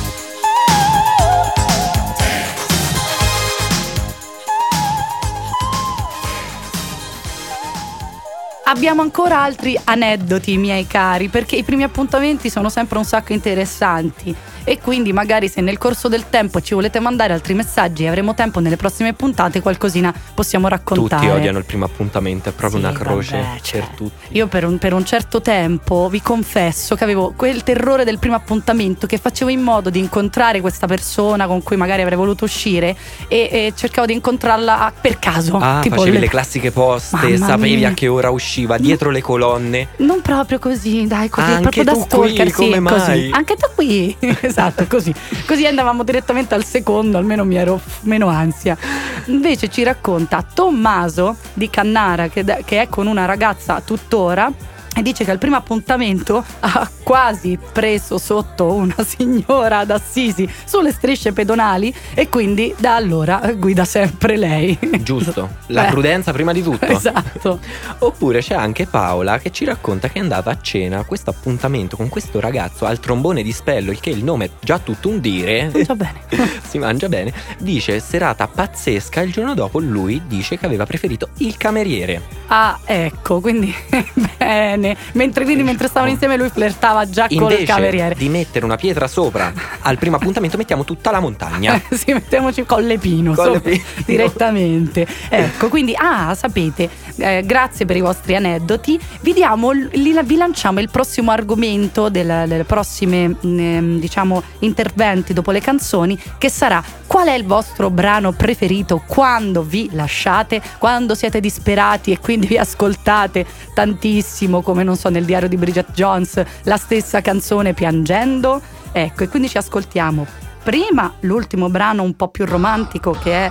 Abbiamo ancora altri aneddoti, miei cari, perché i primi appuntamenti sono sempre un sacco interessanti e quindi magari se nel corso del tempo ci volete mandare altri messaggi e avremo tempo nelle prossime puntate, qualcosina possiamo raccontare. Tutti odiano il primo appuntamento, è proprio Sì, una croce vabbè, per tutti. Io per un certo tempo vi confesso che avevo quel terrore del primo appuntamento, che facevo in modo di incontrare questa persona con cui magari avrei voluto uscire e cercavo di incontrarla per caso. Tipo Facevi le classiche poste, Mamma sapevi mia. a che ora usciva, dietro le colonne. Non proprio così, dai, così, Anche proprio da tu qui, stalker, sì, come così. mai? Anche tu qui, esatto, così. Così andavamo direttamente al secondo, almeno mi ero meno ansia. Invece ci racconta Tommaso di Cannara, che è con una ragazza tuttora, e dice che al primo appuntamento ha quasi preso sotto una signora ad Assisi sulle strisce pedonali e quindi da allora guida sempre lei. Giusto, la prudenza prima di tutto. Esatto. Oppure c'è anche Paola che ci racconta che è andata a cena a questo appuntamento con questo ragazzo al trombone di spello, il che il nome è già tutto un dire. Mangia bene. Si mangia bene. Dice serata pazzesca, il giorno dopo lui dice che aveva preferito il cameriere. Ah, ecco, quindi bene. Mentre stavano insieme lui flirtava già col cameriere. Invece di mettere una pietra sopra al primo appuntamento mettiamo tutta la montagna. Sì, mettiamoci Colle Pino, direttamente. Ecco, quindi sapete, grazie per i vostri aneddoti. Vi lanciamo il prossimo argomento delle prossime diciamo interventi dopo le canzoni, che sarà: qual è il vostro brano preferito quando vi lasciate, quando siete disperati e quindi vi ascoltate tantissimo, come non so, nel diario di Bridget Jones, la stessa canzone piangendo? Ecco, e quindi ci ascoltiamo prima l'ultimo brano un po' più romantico, che è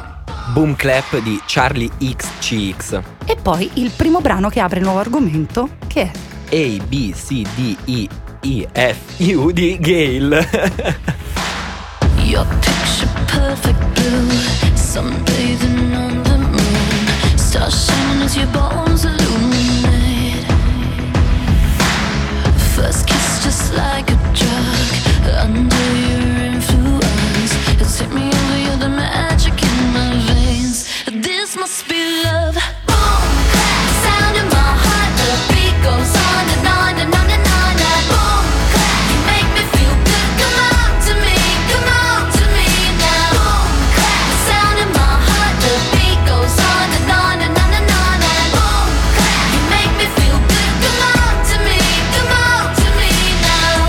Boom Clap di Charlie XCX. E poi il primo brano che apre il nuovo argomento, che è A, B, C, D, E, F, U di Gale. Your picture perfect blue, sunbathing on the moon, stars shining as your bones illuminate. First kiss just like a drug, under your influence, you take me over, you're the magic in my veins. This must be love. Boom, clap, sound in my heart, the beat goes on and on and on and on. Boom, clap, you make me feel good. Come on to me, come on to me now. Boom, clap, sound in my heart, the beat goes on and on and on and on. Boom, clap, you make me feel good. Come on to me, come on to me now.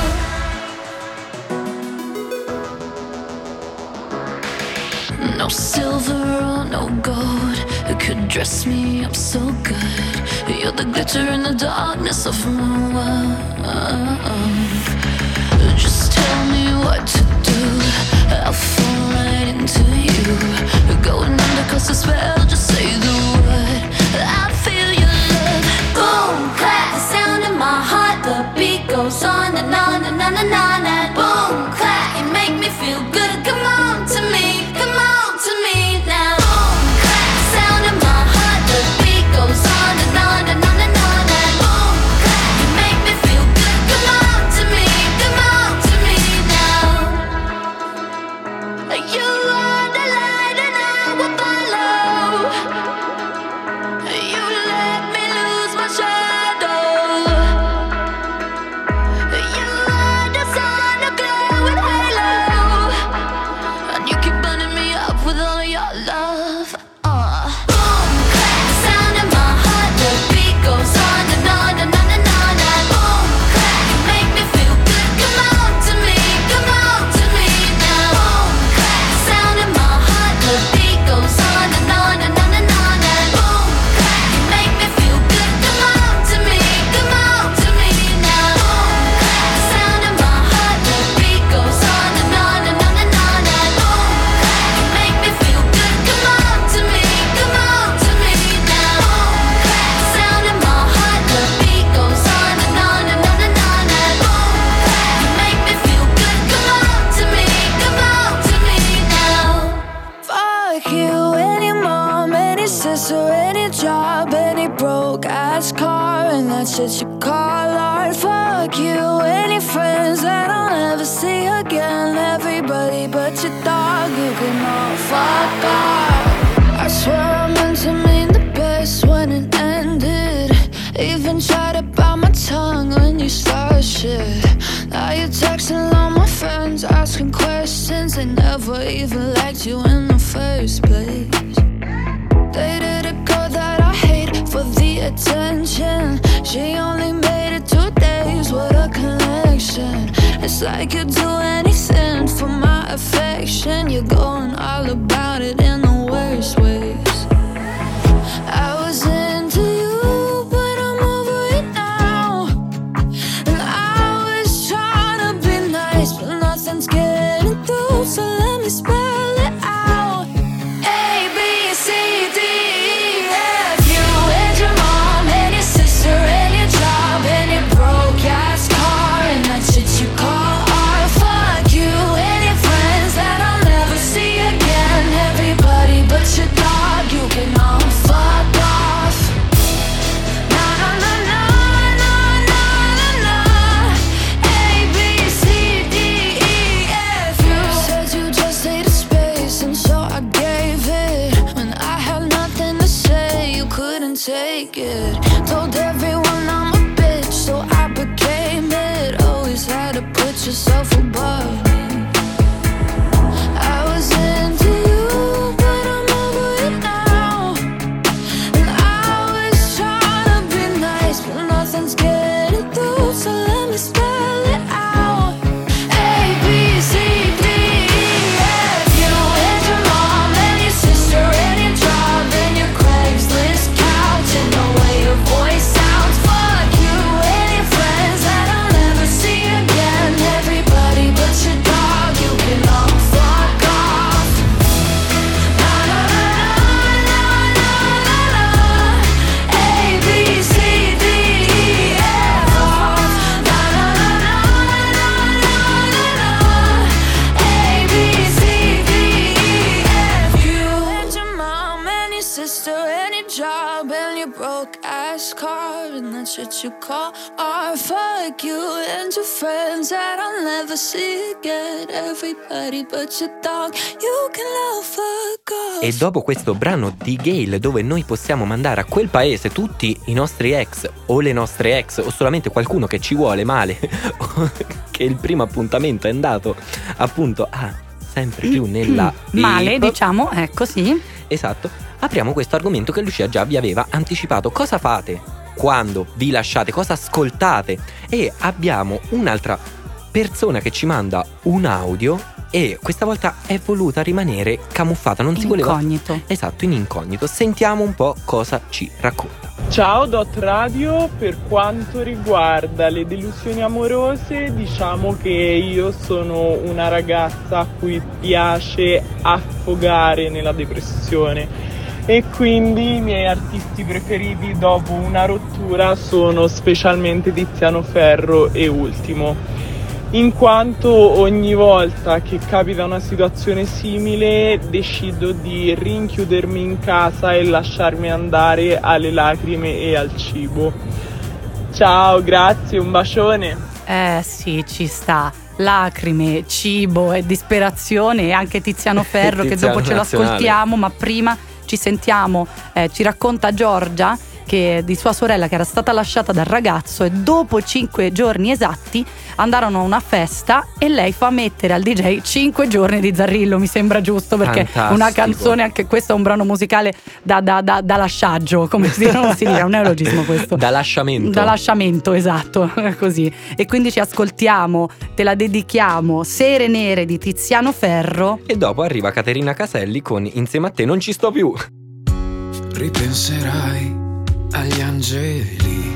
No silver or no gold could dress me up so good. You're the glitter in the darkness of my world. Just tell me what to do, I'll fall right into you. Going under 'cause the spell, just say the word, I feel your love. Boom, clap, the sound in my heart, the beat goes on and on and on and on. And boom, clap, you make me feel good. Come on to me, come on to me now. Boom, clap, the sound in my heart, the beat goes on and on and on and on. And boom, clap, you make me feel good. Come on to me, come on to me now. You are the light and I will follow. You let me lose my shadow. You are the sun, a glowing halo, and you keep burning me up with all your love. Boom, clap, sound in my heart, the beat goes on and on and on and on. And boom, clap, you make me feel good. Come on to me, come on to me now. Boom, clap, sound in my heart, the beat goes on and on and on and on. And boom, clap, you make me feel good. Come on to me, come on to me now. Boom, clap, sound in my heart, the beat goes on and on and on and on. And boom, clap, you make me feel good. Come on to me, come on to me now. Boom, clap, sound in my heart, the beat goes on and on and on and on. And boom, clap, you make me feel good. Come on to me, come on to me now. Fuck you, any mom, any sister, any job, any broke ass car, and that shit you call art. Fuck you, any friends that I'll never see again. Everybody but your dog, you can all fuck off. I swear I meant to mean the best when it ended. Even tried to bite my tongue when you started shit. Now you're texting all my friends, asking questions. They never even liked you in the first place. Dated a girl that I hate for the attention. She only made it 2 days, what a connection. It's like you'd do anything for my affection. You're going all about it in the worst ways. I was into you, but I'm over it now. And I was trying to be nice, but nothing's getting through, so let me spell it out. A, B, C, D, E, F. You and your mom and your sister and your job and your broke ass car, and that shit you call art. Fuck you, any friends that I'll never see again. Everybody but your dog, you can all fuck off. Na na na na na na na na. A, B, C, D, E, F. You said you just needed space, and so I gave it. When I had nothing to say, you couldn't take it. Told everyone I'm a bitch, so I became it. Always had to put yourself above me. I was into you, but I'm over it now. And I was trying to be nice, but nothing's getting through, so let me spell it out. A, B, C, D, E, F. You and your mom and your sister and your job and your Craigslist couch and the way your voice sounds. any job and your broke ass car, and that's what you call art. Fuck you and your friends that I'll never see again. Everybody but your dog, you can love fuck off. E dopo questo brano di Gale, dove noi possiamo mandare a quel paese tutti i nostri ex o le nostre ex, o solamente qualcuno che ci vuole male, che il primo appuntamento è andato appunto a sempre più nella male, diciamo, ecco, sì. Esatto. Apriamo questo argomento che Lucia già vi aveva anticipato. Cosa fate quando vi lasciate? Cosa ascoltate? E abbiamo un'altra persona che ci manda un audio, e questa volta è voluta rimanere camuffata, non si voleva. Incognito. Esatto, in incognito. Sentiamo un po' cosa ci racconta. Ciao Dot Radio, per quanto riguarda le delusioni amorose, diciamo che io sono una ragazza a cui piace affogare nella depressione e quindi i miei artisti preferiti dopo una rottura sono specialmente Tiziano Ferro e Ultimo, in quanto ogni volta che capita una situazione simile decido di rinchiudermi in casa e lasciarmi andare alle lacrime e al cibo. Ciao, grazie, un bacione. Sì, ci sta. Lacrime, cibo e disperazione, e anche Tiziano Ferro che dopo ce lo ascoltiamo, ma prima ci sentiamo, ci racconta Giorgia che di sua sorella che era stata lasciata dal ragazzo, e dopo 5 giorni esatti andarono a una festa e lei fa mettere al DJ 5 giorni di Zarrillo, mi sembra giusto, perché fantastico. Una canzone, anche questo è un brano musicale da lasciaggio, come si dice, un neologismo questo. Da lasciamento, esatto, così. E quindi ci ascoltiamo, te la dedichiamo, Sere Nere di Tiziano Ferro. E dopo arriva Caterina Caselli con Insieme a te non ci sto più. Ripenserai agli angeli,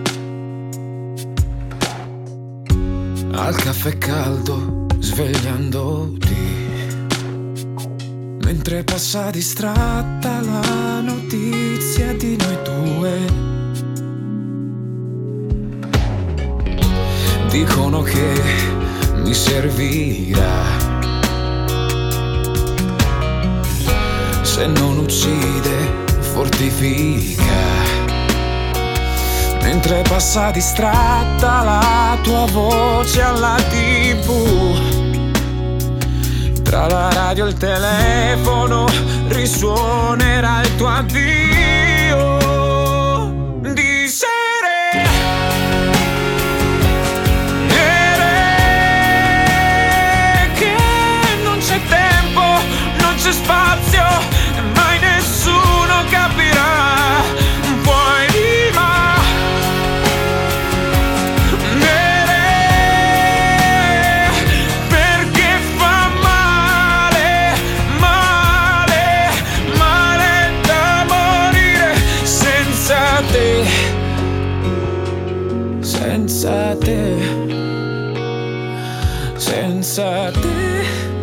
al caffè caldo svegliandoti, mentre passa distratta la notizia di noi due. Dicono che mi servirà, se non uccide fortifica, mentre passa distratta la tua voce alla TV. Tra la radio e il telefono risuonerà il tuo addio. Di sere nere, che non c'è tempo, non c'è spazio, e mai nessuno capirà. Poi senza te,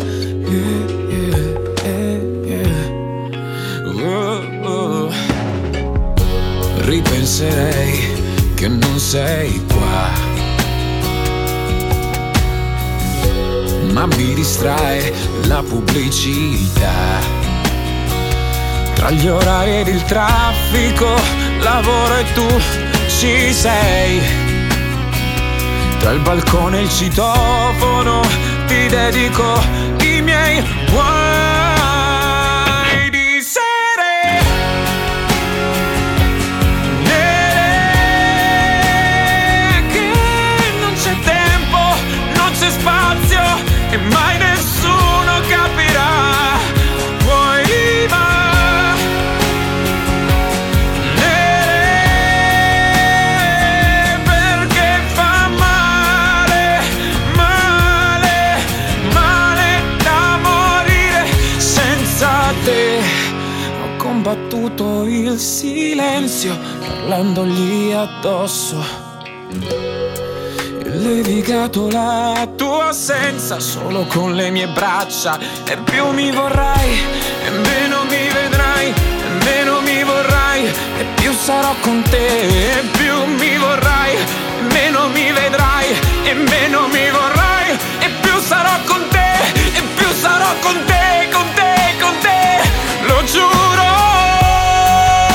Ripenserei che non sei qua, ma mi distrae la pubblicità. Tra gli orari ed il traffico, lavoro e tu ci sei. Tra il balcone e il citofono ti dedico i miei guai. Di sere nere, che non c'è tempo, non c'è spazio, e mai nessuno capirà. Poi va combattuto il silenzio parlandogli addosso, levigato la tua assenza solo con le mie braccia. E più mi vorrai e meno mi vedrai, e meno mi vorrai e più sarò con te. E più mi vorrai e meno mi vedrai, e meno mi vorrai e più sarò con te. E più sarò con te, con te, con te, lo giuro.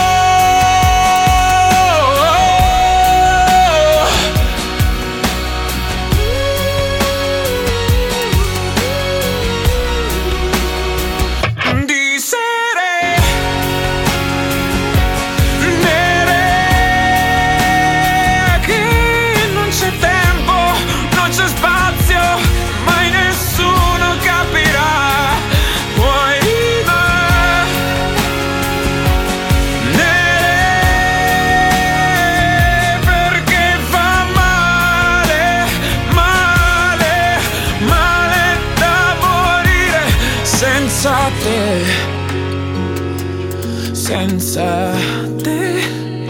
senza te,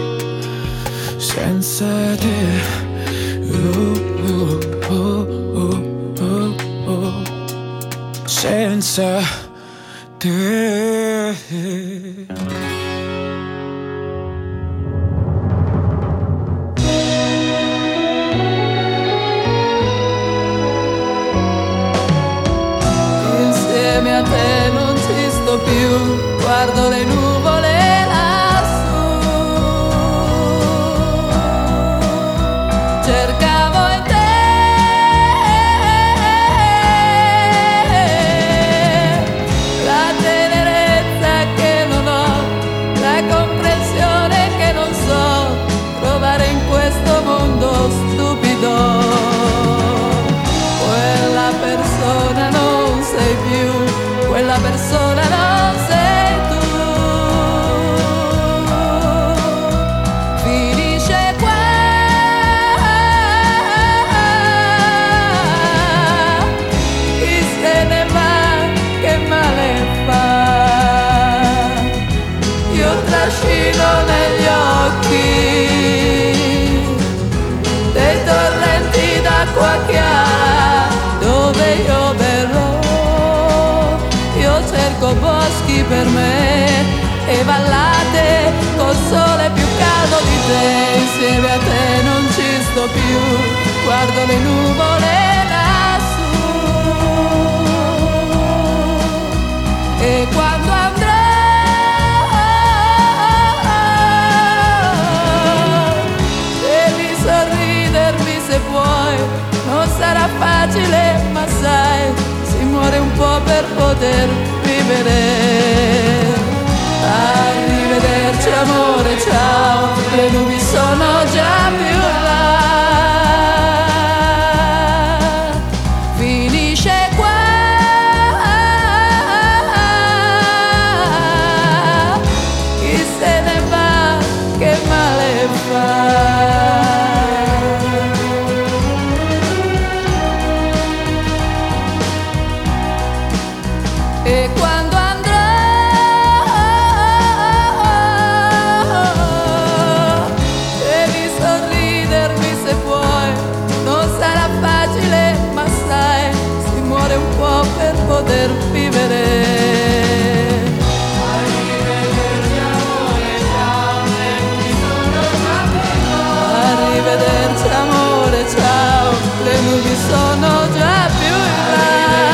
senza te. Senza te. Insieme a te non ci sto più, guardo le nuvole lassù, cercavo in te la tenerezza che non ho, la comprensione che non so trovare in questo mondo stupido. Quella persona non sei più, quella persona non sei tu. Finisce qua, chi se ne va, che male fa. Io trascino negli occhi dei torrenti d'acqua chiara dove io verrò. Io cerco boschi per me e vallate col sole più caldo di te. Insieme a te non ci sto più, guardo le nuvole lassù. E quando andrò devi sorridermi se vuoi, non sarà facile ma sai, si muore un po' per poter vivere. Arrivederci amore, ciao, le nubi sono già più là. Finisce qua, chi se ne va, che male fa. E quando andrò devi sorridermi se vuoi, non sarà facile ma sai, si muore un po' per poter vivere. Arrivederci amore, ciao, le nubi sono già più in là.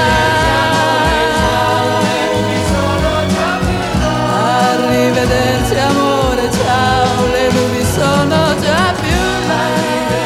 Arrivederci amore, ciao, le nubi sono già più là.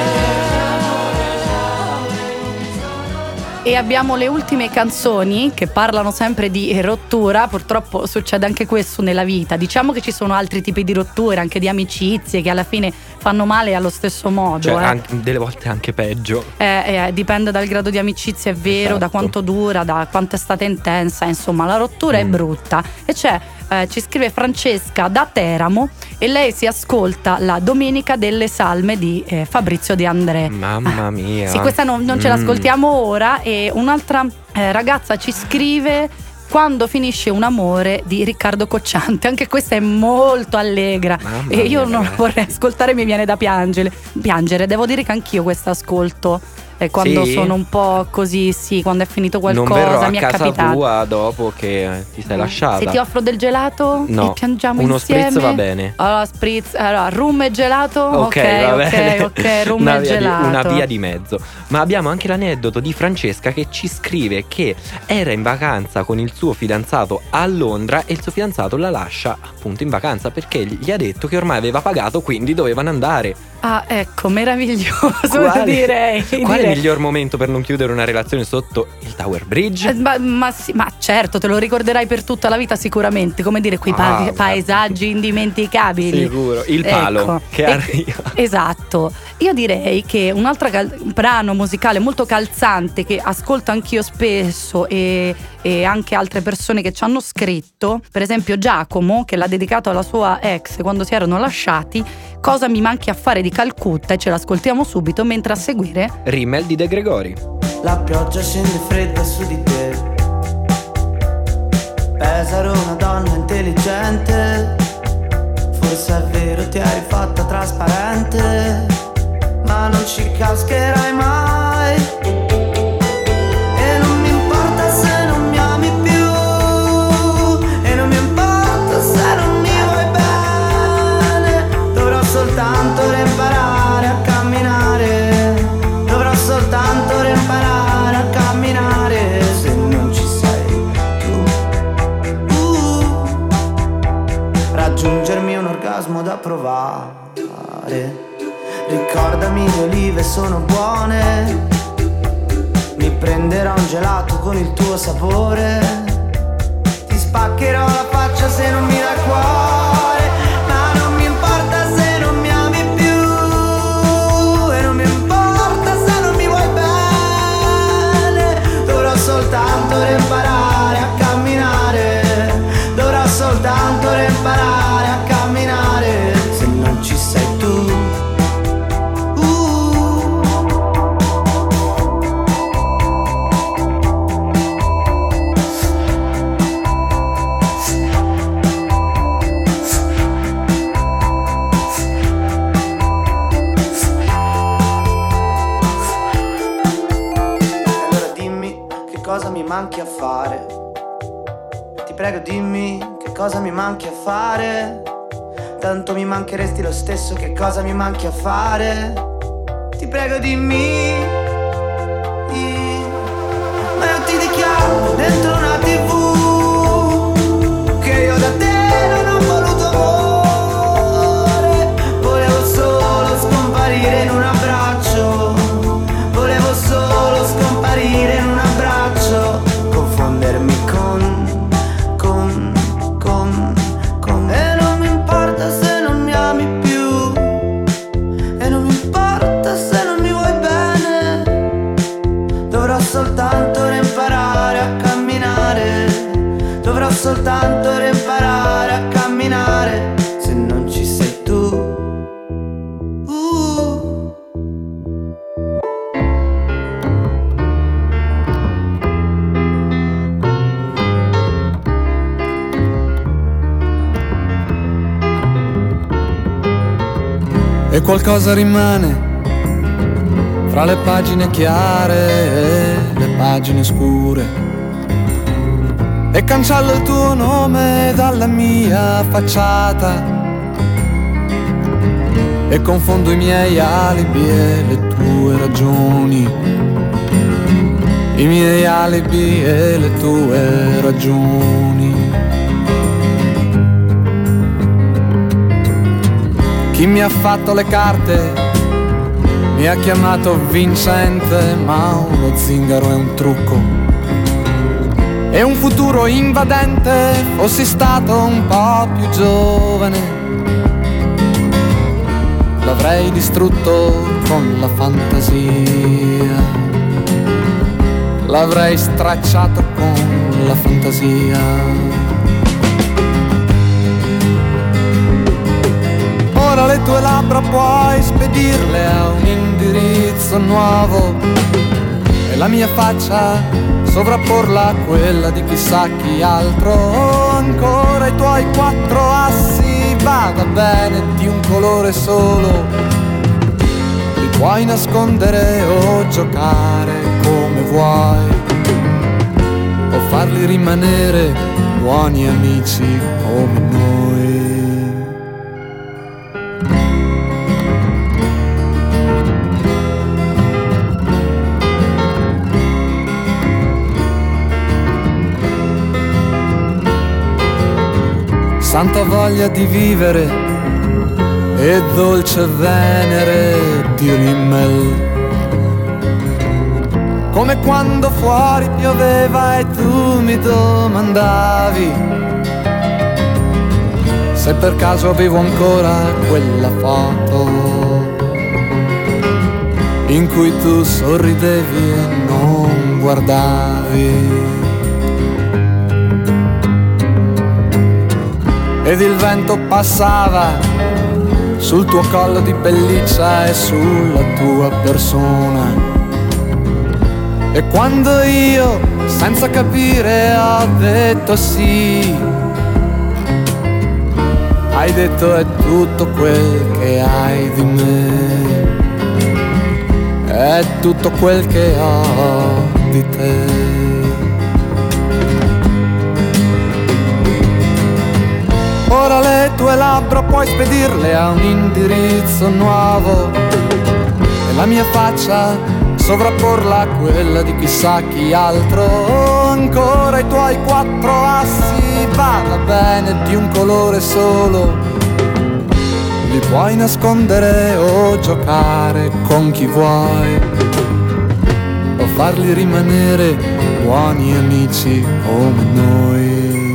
E abbiamo le ultime canzoni che parlano sempre di rottura. Purtroppo succede anche questo nella vita. Diciamo che ci sono altri tipi di rotture, anche di amicizie, che alla fine fanno male allo stesso modo. Cioè, anche, delle volte anche peggio. Dipende dal grado di amicizia, è vero, da quanto dura, da quanto è stata intensa. Insomma, la rottura è brutta. E ci scrive Francesca da Teramo e lei si ascolta la Domenica delle Salme di Fabrizio De André. Mamma mia. Sì, questa non ce l'ascoltiamo ora. E un'altra ragazza ci scrive Quando finisce un amore di Riccardo Cocciante. Anche questa è molto allegra. Mamma e io mia, non la vorrei ascoltare, mi viene da piangere. Devo dire che anch'io questa ascolto quando Sì? sono un po' così, sì, quando è finito Non qualcosa, verrò a mi è casa capitato. tua dopo che ti sei lasciata. Se ti offro del gelato No, e piangiamo uno insieme. spritz va bene. Allora, spritz, allora, rum e gelato. Ok, va bene. Ok, rum Una e via gelato. una via di mezzo. Ma abbiamo anche l'aneddoto di Francesca che ci scrive che era in vacanza con il suo fidanzato a Londra e il suo fidanzato la lascia appunto in vacanza perché gli ha detto che ormai aveva pagato, quindi dovevano andare. Ah, ecco, meraviglioso, direi. Quale miglior momento per non chiudere una relazione sotto il Tower Bridge? Ma certo, te lo ricorderai per tutta la vita sicuramente. Come dire, quei paesaggi indimenticabili. Sicuro, il palo Ecco. che arriva. Esatto. Io direi che un altro brano musicale molto calzante che ascolto anch'io spesso e anche altre persone che ci hanno scritto, per esempio Giacomo, che l'ha dedicato alla sua ex quando si erano lasciati, Cosa mi manchi a fare di Calcutta, e ce l'ascoltiamo subito, mentre a seguire Rimmel di De Gregori. La pioggia scende fredda su di te. Pesaro, una donna intelligente. forse è vero, ti hai rifatta trasparente, ma non ci cascherai mai. E non mi importa se non mi ami più, e non mi importa se non mi vuoi bene. Dovrò soltanto imparare a camminare, dovrò soltanto imparare a camminare se non ci sei tu. Raggiungermi un orgasmo da provare. Ricordami, le olive sono buone, mi prenderò un gelato con il tuo sapore, ti spaccherò la faccia se non mi dai cuore, ma non mi importa se non mi ami più, e non mi importa se non mi vuoi bene. Dovrò soltanto imparare a camminare, dovrò soltanto imparare a camminare se non ci sei tu. Manchi a fare, ti prego dimmi che cosa mi manchi a fare, tanto mi mancheresti lo stesso, che cosa mi manchi a fare, ti prego dimmi. Ma io ti dichiaro dentro una TV che io da te non ho voluto amore, volevo solo scomparire in un abbraccio, volevo solo scomparire in un abbraccio, confondermi con e non mi importa se non mi ami più, e non mi importa se non mi vuoi bene. Dovrò soltanto imparare a camminare, dovrò soltanto imparare a camminare se non ci sei tu. E qualcosa rimane fra le pagine chiare e le pagine scure, e cancello il tuo nome dalla mia facciata, e confondo i miei alibi e le tue ragioni, i miei alibi e le tue ragioni. Chi mi ha fatto le carte mi ha chiamato vincente, ma uno zingaro è un trucco e un futuro invadente. Fossi stato un po' più giovane, l'avrei distrutto con la fantasia, l'avrei stracciato con la fantasia. Ora le tue labbra puoi spedirle a un indirizzo nuovo, e la mia faccia sovrapporla a quella di chissà chi altro. Ancora i tuoi 4 assi, vada bene, di un colore solo, li puoi nascondere o giocare come vuoi, o farli rimanere buoni amici come noi. Santa voglia di vivere e dolce venere di rimmel, come quando fuori pioveva e tu mi domandavi se per caso avevo ancora quella foto in cui tu sorridevi e non guardavi. Ed il vento passava sul tuo collo di pelliccia e sulla tua persona, e quando io, senza capire, ho detto sì, hai detto è tutto quel che hai di me, è tutto quel che ho di te. Ora le tue labbra puoi spedirle a un indirizzo nuovo e la mia faccia sovrapporla a quella di chissà chi altro. Ancora i tuoi 4 assi, vada bene, di un colore solo, li puoi nascondere o giocare con chi vuoi, o farli rimanere buoni amici come noi.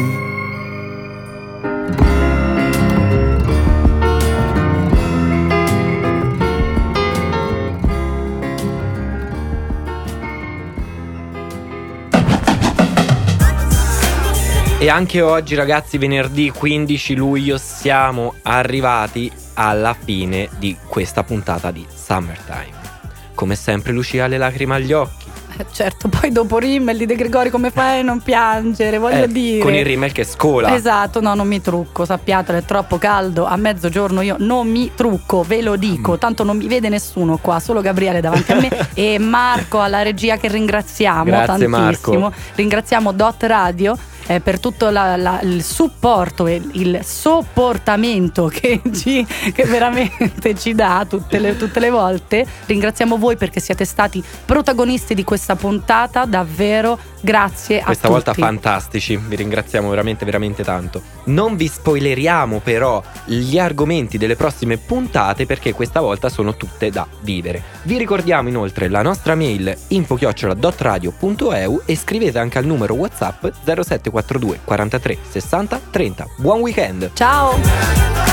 E anche oggi, ragazzi, venerdì 15 luglio, siamo arrivati alla fine di questa puntata di Summertime. Come sempre Lucia ha le lacrime agli occhi. Certo, poi dopo Rimmel di De Gregori come fai a non piangere, voglio dire. Con il Rimmel che scola. Esatto, no, non mi trucco, sappiatelo, è troppo caldo, a mezzogiorno io non mi trucco, ve lo dico, tanto non mi vede nessuno qua, solo Gabriele davanti a me e Marco alla regia che ringraziamo. Grazie, tantissimo. Marco. Ringraziamo Dot Radio per tutto il supporto e il sopportamento che veramente ci dà tutte le volte. Ringraziamo voi perché siete stati protagonisti di questa puntata, davvero grazie a tutti. Questa volta fantastici, vi ringraziamo veramente veramente tanto. Non vi spoileriamo però gli argomenti delle prossime puntate perché questa volta sono tutte da vivere. Vi ricordiamo inoltre la nostra mail info@dotradio.eu e scrivete anche al numero WhatsApp 0742 43 60 30. Buon weekend! Ciao!